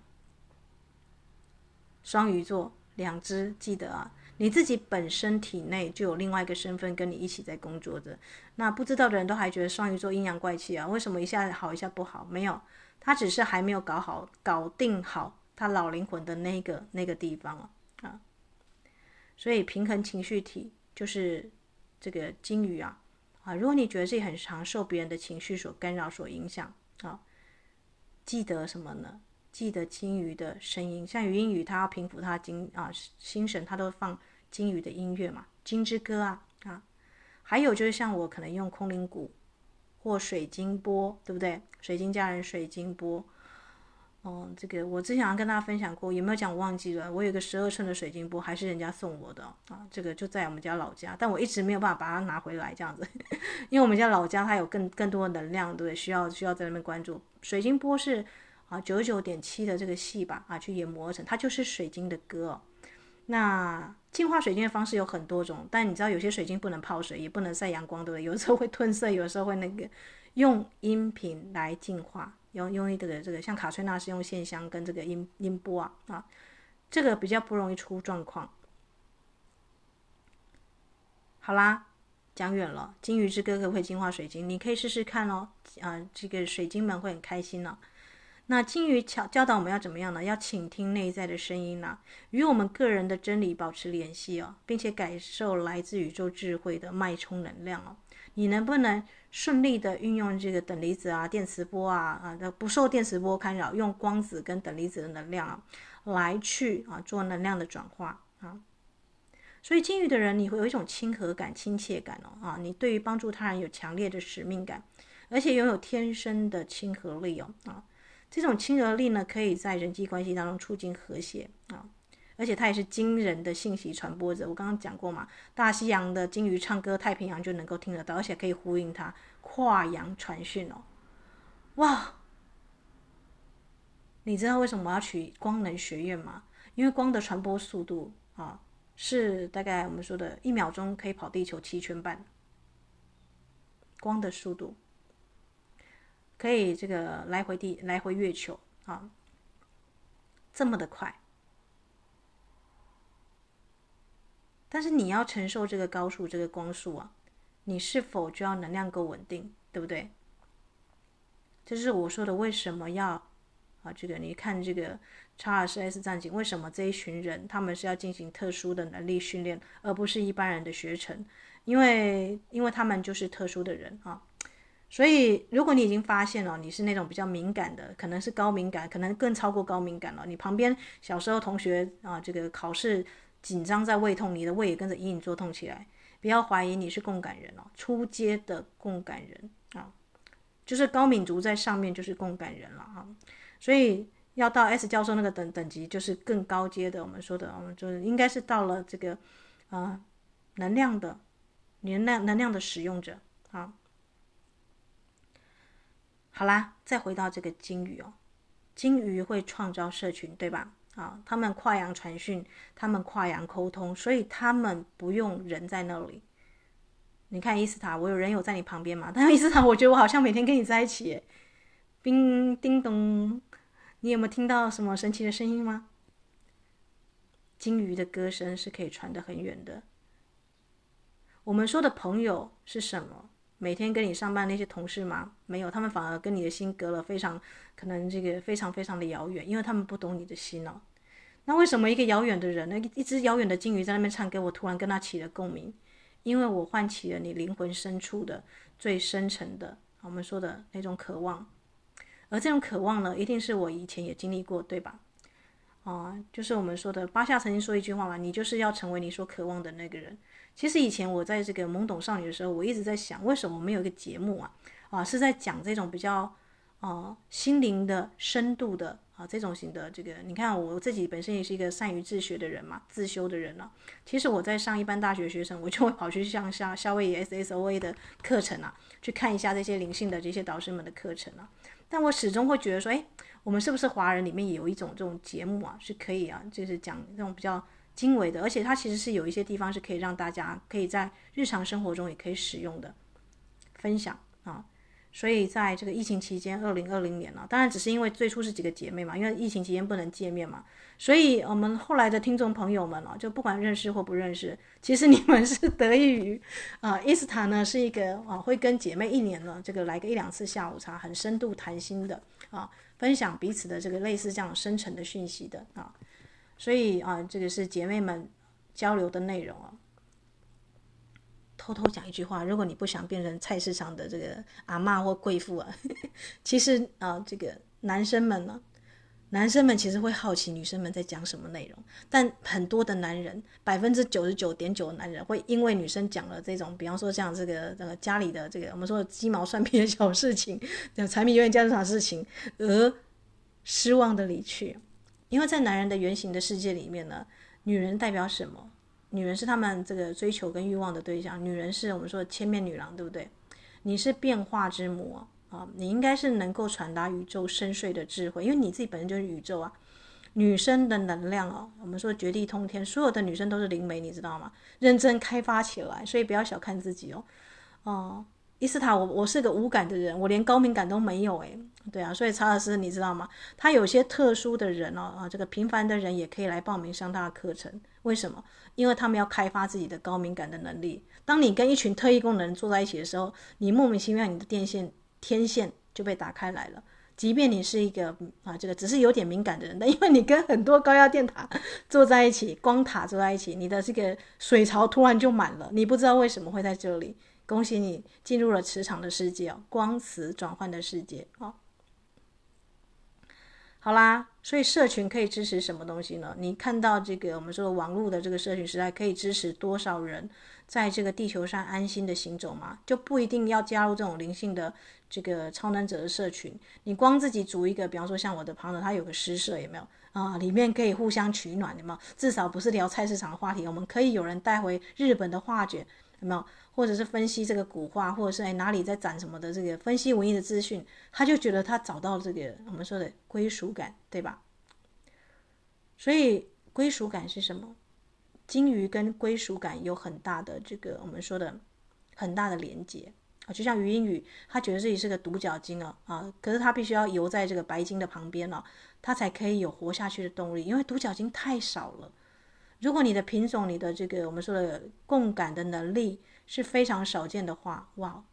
双鱼座两只，记得啊。你自己本身体内就有另外一个身份跟你一起在工作着，那不知道的人都还觉得双鱼座阴阳怪气啊，为什么一下好一下不好？没有，他只是还没有搞好搞定好他老灵魂的那个那个地方啊啊，所以平衡情绪体就是这个金鱼啊啊，如果你觉得自己很常受别人的情绪所干扰所影响啊，记得什么呢？记得金鱼的声音，像语音语，它要平复它精啊心神，它都放金鱼的音乐嘛，金之歌啊啊。还有就是像我可能用空灵鼓或水晶波，对不对？水晶家人水晶波，哦，这个我之前好像跟大家分享过，有没有讲我忘记了？我有个十二寸的水晶波，还是人家送我的啊，这个就在我们家老家，但我一直没有办法把它拿回来这样子，因为我们家老家它有更更多的能量，对不对？需要需要在那边关注。水晶波是啊，九十九点七的这个细吧，啊，去研磨而成，它就是水晶的歌哦。那净化水晶的方式有很多种，但你知道有些水晶不能泡水，也不能晒阳光，对不对？有的时候会褪色，有的时候会那个用音频来净化，用用这个这个像卡翠娜是用线香跟这个音音波啊啊，这个比较不容易出状况。好啦，讲远了，金鱼之歌可不可以净化水晶？你可以试试看哦，啊，这个水晶们会很开心哦。那金鱼教教导我们要怎么样呢？要倾听内在的声音啊，与我们个人的真理保持联系哦，并且感受来自宇宙智慧的脉冲能量哦。你能不能顺利的运用这个等离子啊、电磁波啊啊，不受电磁波干扰，用光子跟等离子的能量啊，来去啊做能量的转化啊。所以金鱼的人，你会有一种亲和感、亲切感哦啊，你对于帮助他人有强烈的使命感，而且拥有天生的亲和力哦啊。这种亲和力呢，可以在人际关系当中促进和谐啊，而且它也是惊人的信息传播者。我刚刚讲过嘛，大西洋的鲸鱼唱歌，太平洋就能够听得到，而且可以呼应它，跨洋传讯哦。哇，你知道为什么我要取光能学院吗？因为光的传播速度啊，是大概我们说的一秒钟可以跑地球七圈半，光的速度。可以这个来回地来回月球啊，这么的快。但是你要承受这个高速这个光速啊，你是否就要能量够稳定，对不对？这是我说的为什么要啊，这个你看这个查尔斯 S 战警，为什么这一群人他们是要进行特殊的能力训练，而不是一般人的学程？因为因为他们就是特殊的人啊。所以如果你已经发现了你是那种比较敏感的，可能是高敏感，可能更超过高敏感了，你旁边小时候同学啊，这个考试紧张在胃痛，你的胃也跟着隐隐作痛起来，不要怀疑你是共感人哦，初阶的共感人啊，就是高敏族在上面就是共感人了啊。所以要到 S 教授那个等等级，就是更高阶的，我们说的，我们就是应该是到了这个呃能量的能量能量的使用者啊。好啦，再回到这个鲸鱼哦，鲸鱼会创造社群，对吧？啊，他们跨洋传讯，他们跨洋沟通，所以他们不用人在那里。你看伊斯塔，我有人有在你旁边吗？但伊斯塔，我觉得我好像每天跟你在一起耶。叮叮咚，你有没有听到什么神奇的声音吗？鲸鱼的歌声是可以传得很远的。我们说的朋友是什么？每天跟你上班那些同事吗？没有，他们反而跟你的心隔了非常可能这个非常非常的遥远，因为他们不懂你的心哦。那为什么一个遥远的人，那一只遥远的鲸鱼在那边唱歌，我突然跟他起了共鸣？因为我唤起了你灵魂深处的最深层的我们说的那种渴望，而这种渴望呢，一定是我以前也经历过，对吧？啊，就是我们说的，巴夏曾经说一句话嘛，你就是要成为你所渴望的那个人。其实以前我在这个懵懂少女的时候，我一直在想，为什么没有一个节目啊，啊，是在讲这种比较啊心灵的深度的啊这种型的这个。你看我自己本身也是一个善于自学的人嘛，自修的人了、啊。其实我在上一般大学学生，我就会跑去上夏夏威夷 S S O A 的课程啊，去看一下这些灵性的这些导师们的课程啊。但我始终会觉得说，哎，我们是不是华人里面也有一种这种节目啊，是可以啊，就是讲这种比较精微的，而且它其实是有一些地方是可以让大家可以在日常生活中也可以使用的分享啊。所以在这个疫情期间，二零二零年呢、啊，当然只是因为最初是几个姐妹嘛，因为疫情期间不能见面嘛，所以我们后来的听众朋友们啊，就不管认识或不认识，其实你们是得益于啊，伊斯塔呢是一个啊会跟姐妹一年呢这个来个一两次下午茶，很深度谈心的啊，分享彼此的这个类似这样深层的讯息的啊，所以啊这个是姐妹们交流的内容啊。偷偷讲一句话，如果你不想变成菜市场的这个阿嬷或贵妇啊，其实啊，这个男生们呢、啊，男生们其实会好奇女生们在讲什么内容，但很多的男人，百分之九十九点九的男人会因为女生讲了这种，比方说像这个这个家里的这个我们说的鸡毛蒜皮的小事情，柴米油盐酱醋茶的事情，而失望的离去。因为在男人的原型的世界里面呢，女人代表什么？女人是他们这个追求跟欲望的对象，女人是我们说的千面女郎，对不对？你是变化之母啊，你应该是能够传达宇宙深邃的智慧，因为你自己本身就是宇宙啊。女生的能量哦，我们说绝地通天，所有的女生都是灵媒，你知道吗？认真开发起来，所以不要小看自己哦。哦、呃，伊斯塔，我我是个无感的人，我连高敏感都没有诶。对啊，所以查尔斯你知道吗？他有些特殊的人哦，啊，这个平凡的人也可以来报名上他的课程，为什么？因为他们要开发自己的高敏感的能力。当你跟一群特异功能坐在一起的时候，你莫名其妙你的电线天线就被打开来了。即便你是一个啊，这个只是有点敏感的人，但因为你跟很多高压电塔坐在一起，光塔坐在一起，你的这个水槽突然就满了，你不知道为什么会在这里。恭喜你进入了磁场的世界哦，光磁转换的世界哦。好啦，所以社群可以支持什么东西呢？你看到这个我们说的网络的这个社群时代，可以支持多少人在这个地球上安心的行走吗？就不一定要加入这种灵性的这个超能者的社群，你光自己组一个，比方说像我的朋友，他有个诗社，有没有啊？里面可以互相取暖，有没有？至少不是聊菜市场的话题，我们可以有人带回日本的画卷，有没有？或者是分析这个古画，或者是哎哪里在展什么的这个分析文艺的资讯，他就觉得他找到这个我们说的归属感，对吧？所以归属感是什么？金鱼跟归属感有很大的这个我们说的很大的连结啊，就像鱼鹰鱼，他觉得自己是个独角鲸啊啊，可是他必须要游在这个白鲸的旁边了、啊，他才可以有活下去的动力，因为独角鲸太少了。如果你的品种，你的这个我们说的共感的能力是非常少见的话，哇，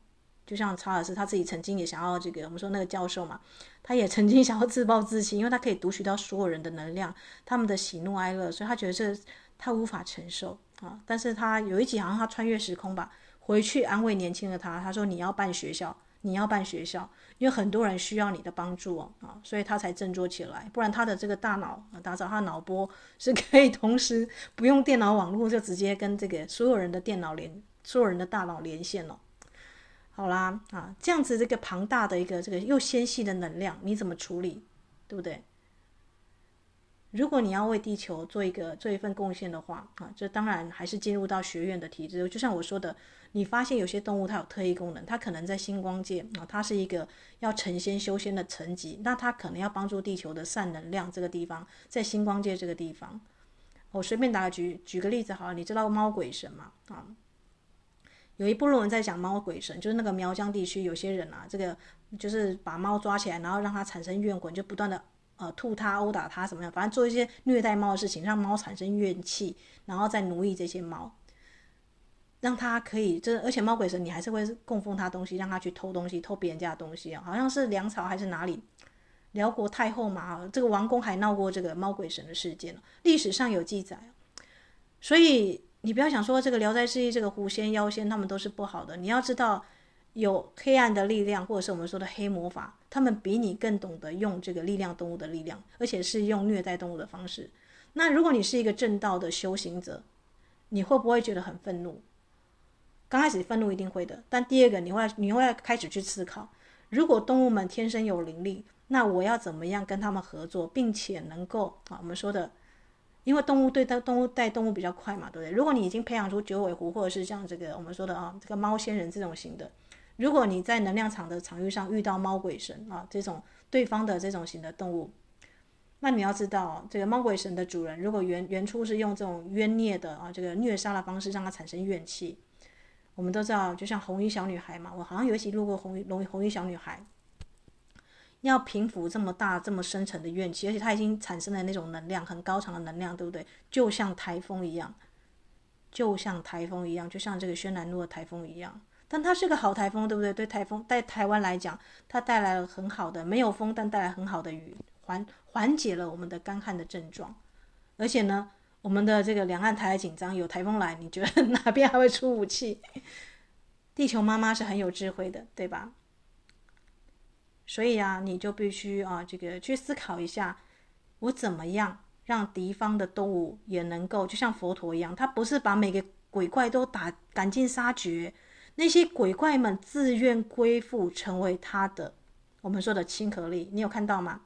就像查尔斯他自己曾经也想要这个，我们说那个教授嘛，他也曾经想要自暴自弃，因为他可以读取到所有人的能量，他们的喜怒哀乐，所以他觉得这他无法承受啊。但是他有一集好像他穿越时空吧，回去安慰年轻的他，他说你要办学校，你要办学校，因为很多人需要你的帮助哦啊，所以他才振作起来，不然他的这个大脑打造他的脑波是可以同时不用电脑网络就直接跟这个所有人的电脑连，所有人的大脑连线了。好啦啊，这样子这个庞大的一个这个又纤细的能量，你怎么处理，对不对？如果你要为地球做一个做一份贡献的话啊，这当然还是进入到学院的体制。就像我说的，你发现有些动物它有特异功能，它可能在星光界啊，它是一个要成仙修仙的层级，那它可能要帮助地球的善能量这个地方，在星光界这个地方。我随便打个举举个例子好了，你知道猫鬼神吗？啊，有一部论文在讲猫鬼神，就是那个苗疆地区有些人啊，这个就是把猫抓起来，然后让它产生怨魂，就不断的呃吐它、殴打它什么样，反正做一些虐待猫的事情，让猫产生怨气，然后再奴役这些猫，让它可以，这而且猫鬼神你还是会供奉它东西，让它去偷东西，偷别人家的东西啊，好像是梁朝还是哪里，辽国太后嘛，这个王宫还闹过这个猫鬼神的事件，历史上有记载，所以你不要想说这个聊斋志异这个狐仙妖仙他们都是不好的，你要知道有黑暗的力量，或者是我们说的黑魔法，他们比你更懂得用这个力量动物的力量，而且是用虐待动物的方式。那如果你是一个正道的修行者，你会不会觉得很愤怒？刚开始愤怒一定会的，但第二个你会你会开始去思考，如果动物们天生有灵力，那我要怎么样跟他们合作，并且能够啊我们说的，因为动物对动物带动物比较快嘛，对不对？如果你已经培养出九尾狐，或者是像这个我们说的啊这个猫仙人这种型的，如果你在能量场的场域上遇到猫鬼神啊这种对方的这种型的动物，那你要知道这个猫鬼神的主人如果原原初是用这种冤孽的啊这个虐杀的方式让它产生怨气，我们都知道就像红衣小女孩嘛，我好像有一集录过红衣红衣小女孩，要平复这么大这么深沉的怨气，而且它已经产生了那种能量很高强的能量，对不对？就像台风一样，就像台风一样，就像这个轩岚路的台风一样，但它是个好台风，对不对？对台风在台湾来讲，它带来了很好的，没有风但带来很好的雨，缓缓解了我们的干旱的症状。而且呢，我们的这个两岸台海紧张，有台风来，你觉得哪边还会出武器？地球妈妈是很有智慧的，对吧？所以啊，你就必须啊，这个去思考一下，我怎么样让敌方的动物也能够，就像佛陀一样，他不是把每个鬼怪都打赶尽杀绝，那些鬼怪们自愿归附，成为他的我们说的亲和力。你有看到吗？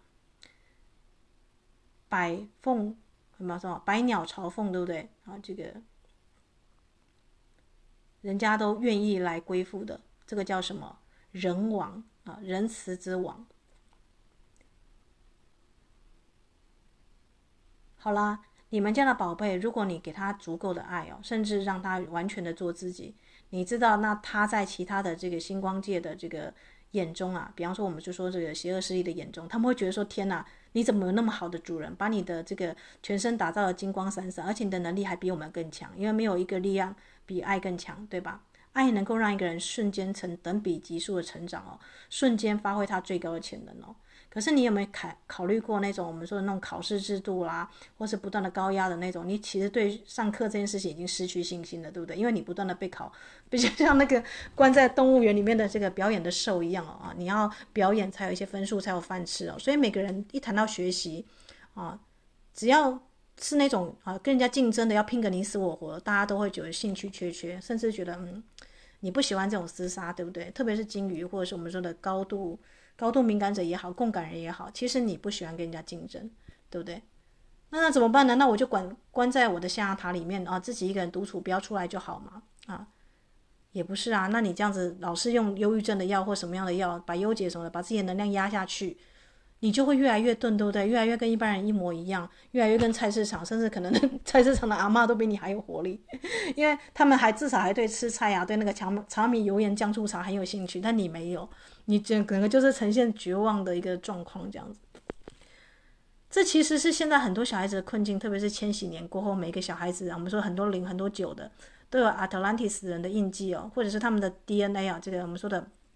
百凤有没有说百鸟朝凤，对不对？啊，这个人家都愿意来归附的，这个叫什么？仁王啊，仁慈之王。好啦，你们家的宝贝，如果你给他足够的爱哦，甚至让他完全的做自己，你知道，那他在其他的这个星光界的这个眼中啊，比方说我们就说这个邪恶势力的眼中，他们会觉得说，天哪，你怎么有那么好的主人，把你的这个全身打造的金光闪闪，而且你的能力还比我们更强，因为没有一个力量比爱更强，对吧？爱能够让一个人瞬间成等比级数的成长哦，瞬间发挥他最高的潜能哦。可是你有没有考考虑过那种我们说的那种考试制度啦，或是不断的高压的那种，你其实对上课这件事情已经失去信心了，对不对？因为你不断的被考，比较像那个关在动物园里面的这个表演的兽一样哦，你要表演才有一些分数，才有饭吃哦。所以每个人一谈到学习啊，只要是那种啊跟人家竞争的，要拼个你死我活，大家都会觉得兴趣缺缺，甚至觉得嗯你不喜欢这种厮杀，对不对？特别是金鱼或者是我们说的高度高度敏感者也好，共感人也好，其实你不喜欢跟人家竞争，对不对？那那怎么办呢？那我就关关在我的象牙塔里面啊，自己一个人独处，不要出来就好嘛啊。也不是啊，那你这样子老是用忧郁症的药或什么样的药，把忧解什么的，把自己的能量压下去，你就会越来越钝，对不对？越来越跟一般人一模一样，越来越跟菜市场，甚至可能菜市场的阿嬷都比你还有活力，因为他们还至少还对吃菜啊，对那个茶茶米油盐酱醋茶很有兴趣，但你没有，你整个就是呈现绝望的一个状况这样子。这其实是现在很多小孩子的困境，特别是千禧年过后，每一个小孩子，我们说很多零很多九的，都有 Atlantis 人的印记哦，或者是他们的 D N A 啊，这个我们说的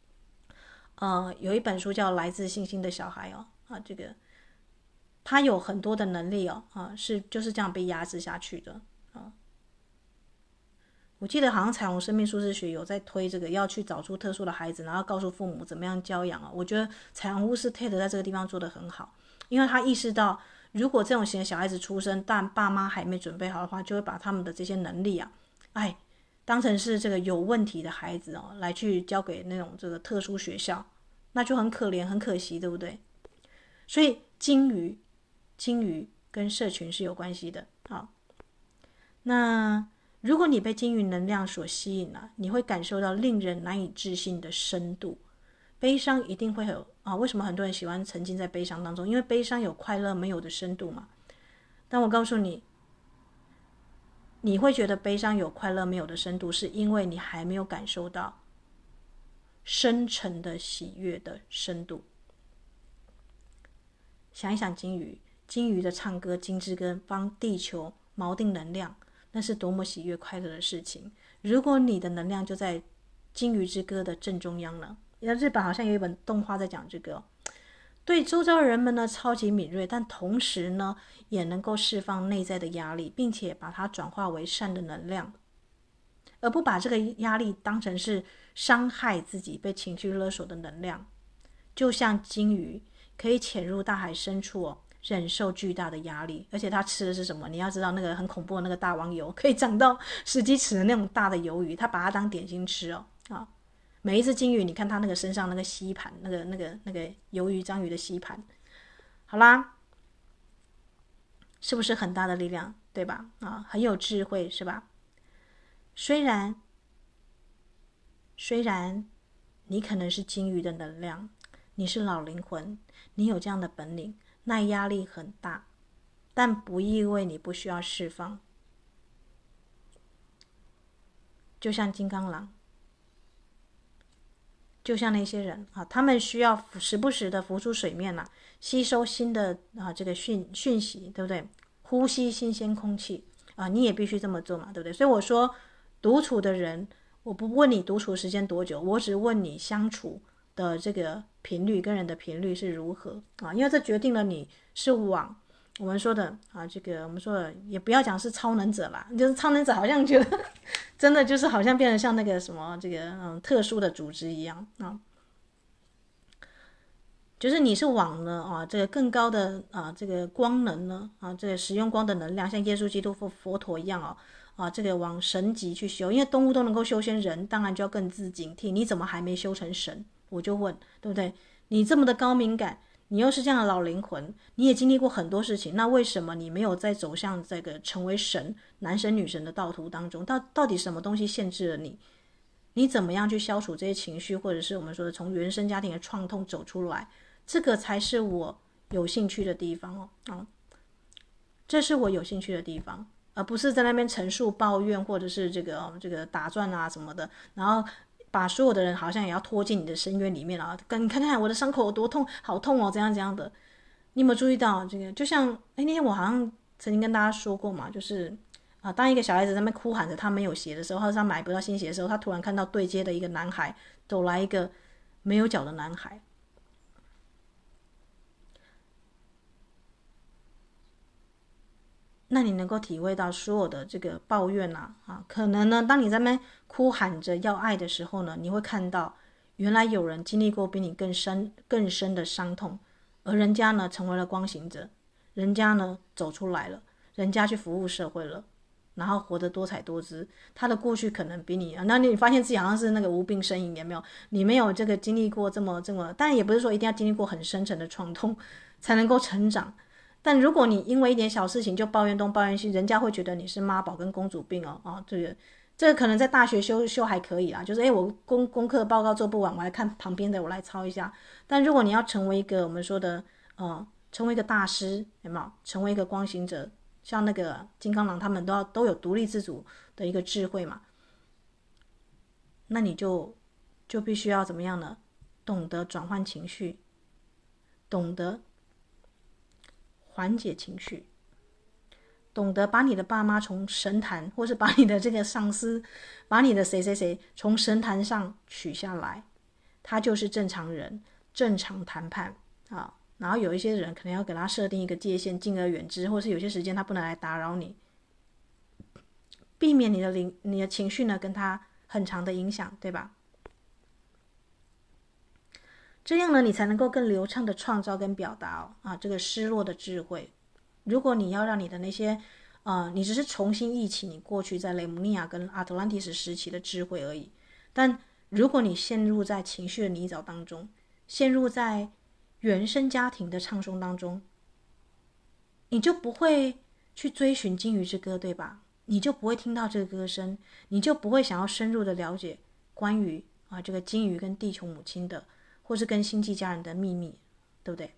呃，有一本书叫《来自星星的小孩》哦，啊，这个他有很多的能力哦，啊，是就是这样被压制下去的啊。我记得好像彩虹生命数字学有在推这个，要去找出特殊的孩子，然后告诉父母怎么样教养哦。我觉得彩虹巫师 Ted 在这个地方做得很好，因为他意识到，如果这种型的小孩子出生，但爸妈还没准备好的话，就会把他们的这些能力啊，哎，当成是这个有问题的孩子哦，来去交给那种这个特殊学校，那就很可怜，很可惜，对不对？所以金鱼，金鱼跟社群是有关系的。好，那如果你被金鱼能量所吸引了，你会感受到令人难以置信的深度。悲伤一定会有啊，为什么很多人喜欢沉浸在悲伤当中？因为悲伤有快乐没有的深度嘛。但我告诉你，你会觉得悲伤有快乐没有的深度，是因为你还没有感受到深沉的喜悦的深度。想一想金鱼，金鱼的唱歌，金之歌帮地球锚定能量，那是多么喜悦快乐的事情。如果你的能量就在金鱼之歌的正中央呢？日本好像有一本动画在讲这个，对周遭人们呢超级敏锐，但同时呢也能够释放内在的压力，并且把它转化为善的能量，而不把这个压力当成是伤害自己被情绪勒索的能量。就像金鱼可以潜入大海深处哦，忍受巨大的压力，而且它吃的是什么？你要知道那个很恐怖的那个大王鱿，可以长到十几尺的那种大的鱿鱼，它把它当点心吃哦啊。每一只金鱼，你看它那个身上那个吸盘，那个那个那个鱿鱼章鱼的吸盘，好啦，是不是很大的力量，对吧？啊，很有智慧，是吧？虽然虽然你可能是金鱼的能量，你是老灵魂，你有这样的本领，耐压力很大，但不意味你不需要释放。就像金刚狼，就像那些人啊，他们需要时不时的浮出水面啦、啊，吸收新的啊这个讯讯息，对不对？呼吸新鲜空气啊，你也必须这么做嘛，对不对？所以我说，独处的人，我不问你独处时间多久，我只问你相处的这个频率跟人的频率是如何啊，因为这决定了你是往我们说的啊，这个我们说的也不要讲是超能者啦，就是超能者好像觉得真的就是好像变得像那个什么这个嗯特殊的组织一样啊，就是你是往呢啊这个更高的啊这个光能呢啊这个使用光的能量，像耶稣基督佛佛陀一样哦啊这个往神级去修，因为动物都能够修仙，人当然就要更自警惕，你怎么还没修成神？我就问，对不对？你这么的高敏感。你又是这样的老灵魂，你也经历过很多事情，那为什么你没有在走向这个成为神男神女神的道途当中？到到底什么东西限制了你？你怎么样去消除这些情绪，或者是我们说的从原生家庭的创痛走出来？这个才是我有兴趣的地方哦，啊，这是我有兴趣的地方，而不是在那边陈述抱怨，或者是这个这个打转啊什么的，然后把所有的人好像也要拖进你的深渊里面啊！你看看我的伤口有多痛，好痛哦，怎样怎样的？你有没有注意到这个？就像哎，那天我好像曾经跟大家说过嘛，就是啊，当一个小孩子在那边哭喊着他没有鞋的时候，或者他买不到新鞋的时候，他突然看到对街的一个男孩走来一个没有脚的男孩。那你能够体会到所有的这个抱怨啊啊，可能呢，当你在那边哭喊着要爱的时候呢，你会看到原来有人经历过比你更深更深的伤痛，而人家呢成为了光行者，人家呢走出来了，人家去服务社会了，然后活得多彩多姿。他的过去可能比你，那你发现自己好像是那个无病呻吟，有没有？你没有这个经历过这么这么，但也不是说一定要经历过很深沉的创痛才能够成长。但如果你因为一点小事情就抱怨东抱怨西，人家会觉得你是妈宝跟公主病哦啊，这个这个可能在大学修修还可以啦，就是哎我功功课报告做不完，我来看旁边的我来抄一下。但如果你要成为一个我们说的呃成为一个大师，有没有？成为一个光行者，像那个金刚狼他们都要都有独立自主的一个智慧嘛，那你就就必须要怎么样呢？懂得转换情绪，懂得缓解情绪，懂得把你的爸妈从神坛，或是把你的这个上司，把你的谁谁谁从神坛上取下来， 他就是正常人，正常谈判啊。然后有一些人可能要给他设定一个界限，敬而远之，或是有些时间他不能来打扰你，避免你的灵、你的情绪呢跟他很长的影响，对吧？这样呢，你才能够更流畅的创造跟表达哦啊这个失落的智慧。如果你要让你的那些呃，你只是重新忆起你过去在雷姆尼亚跟阿特兰蒂斯时期的智慧而已，但如果你陷入在情绪的泥沼当中，陷入在原生家庭的唱诵当中，你就不会去追寻金鱼之歌，对吧？你就不会听到这个歌声，你就不会想要深入的了解关于啊这个金鱼跟地球母亲的，或是跟星际家人的秘密，对不对？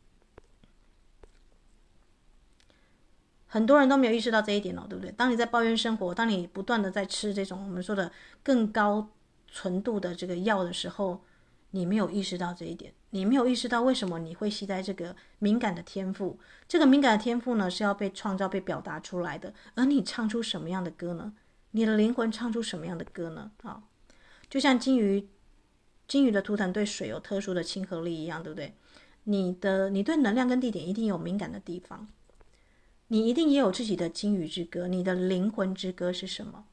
很多人都没有意识到这一点哦，对不对？当你在抱怨生活，当你不断的在吃这种我们说的更高纯度的这个药的时候，你没有意识到这一点，你没有意识到为什么你会携带这个敏感的天赋。这个敏感的天赋呢，是要被创造、被表达出来的。而你唱出什么样的歌呢？你的灵魂唱出什么样的歌呢？啊，就像金鱼，金鱼的图腾对水有特殊的亲和力一样，对不对？你的你对能量跟地点一定有敏感的地方。你一定也有自己的金鱼之歌，你的灵魂之歌是什么？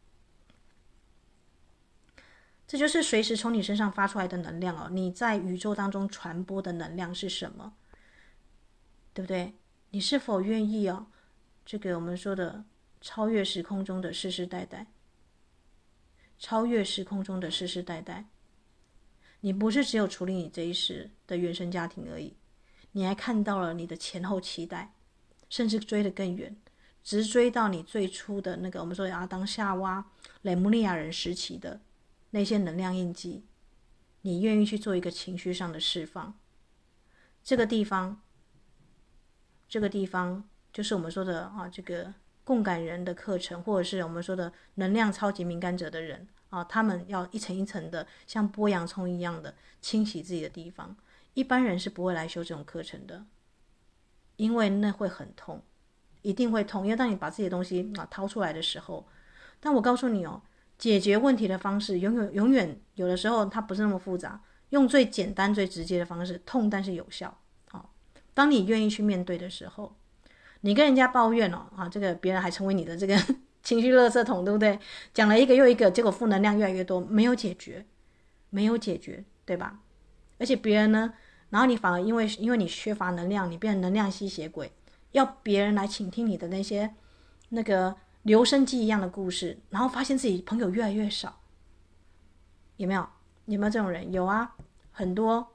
这就是随时从你身上发出来的能量哦。你在宇宙当中传播的能量是什么？对不对？你是否愿意哦？这个我们说的超越时空中的世世代代，超越时空中的世世代代。你不是只有处理你这一世的原生家庭而已，你还看到了你的前后期代。甚至追得更远，直追到你最初的那个我们说的阿当夏娃雷姆利亚人时期的那些能量印记，你愿意去做一个情绪上的释放。这个地方这个地方就是我们说的啊，这个共感人的课程，或者是我们说的能量超级敏感者的人啊，他们要一层一层的像剥洋葱一样的清洗自己的地方。一般人是不会来修这种课程的，因为那会很痛，一定会痛。因为当你把自己的东西啊掏出来的时候，但我告诉你哦，解决问题的方式永远永远有的时候它不是那么复杂，用最简单最直接的方式，痛但是有效。哦，当你愿意去面对的时候，你跟人家抱怨哦啊，这个别人还成为你的这个情绪垃圾桶，对不对？讲了一个又一个，结果负能量越来越多，没有解决，没有解决，对吧？而且别人呢？然后你反而因为因为你缺乏能量，你变成能量吸血鬼，要别人来倾听你的那些那个留声机一样的故事，然后发现自己朋友越来越少，有没有？有没有这种人？有啊，很多。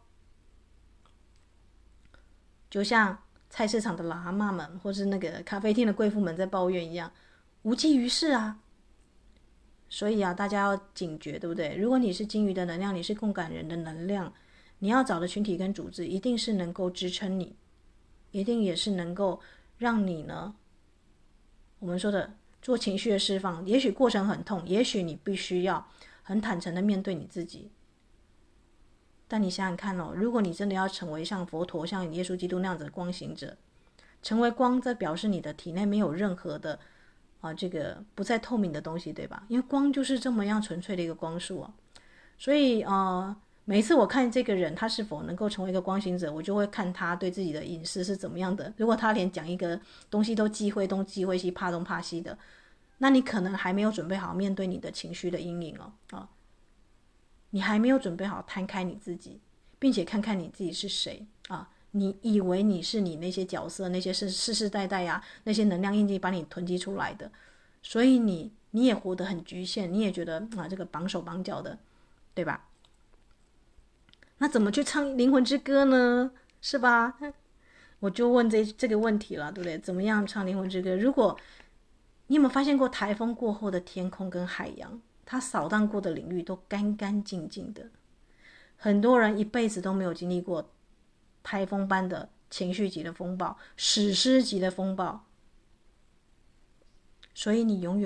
就像菜市场的老阿嬷们，或是那个咖啡厅的贵妇们在抱怨一样，无济于事啊。所以啊，大家要警觉，对不对？如果你是金鱼的能量，你是共感人的能量，你要找的群体跟组织一定是能够支撑你，一定也是能够让你呢，我们说的做情绪的释放。也许过程很痛，也许你必须要很坦诚的面对你自己。但你想想看哦，如果你真的要成为像佛陀、像耶稣基督那样子的光行者，成为光，这表示你的体内没有任何的啊，这个不再透明的东西，对吧？因为光就是这么样纯粹的一个光束啊。所以呃，每一次我看这个人他是否能够成为一个光行者，我就会看他对自己的隐私是怎么样的。如果他连讲一个东西都忌讳东忌讳西，怕东怕西的，那你可能还没有准备好面对你的情绪的阴影哦啊，你还没有准备好摊开你自己，并且看看你自己是谁啊。你以为你是你那些角色，那些是世世代代呀，那些能量印记把你囤积出来的，所以你你也活得很局限，你也觉得啊这个绑手绑脚的，对吧？那怎么去唱灵魂之歌呢？是吧？我就问这这个问题了，对不对？怎么样唱灵魂之歌？如果你有没有发现过，台风过后的天空跟海洋，它扫荡过的领域都干干净净的。很多人一辈子都没有经历过台风般的情绪级的风暴，史诗级的风暴，所以你永远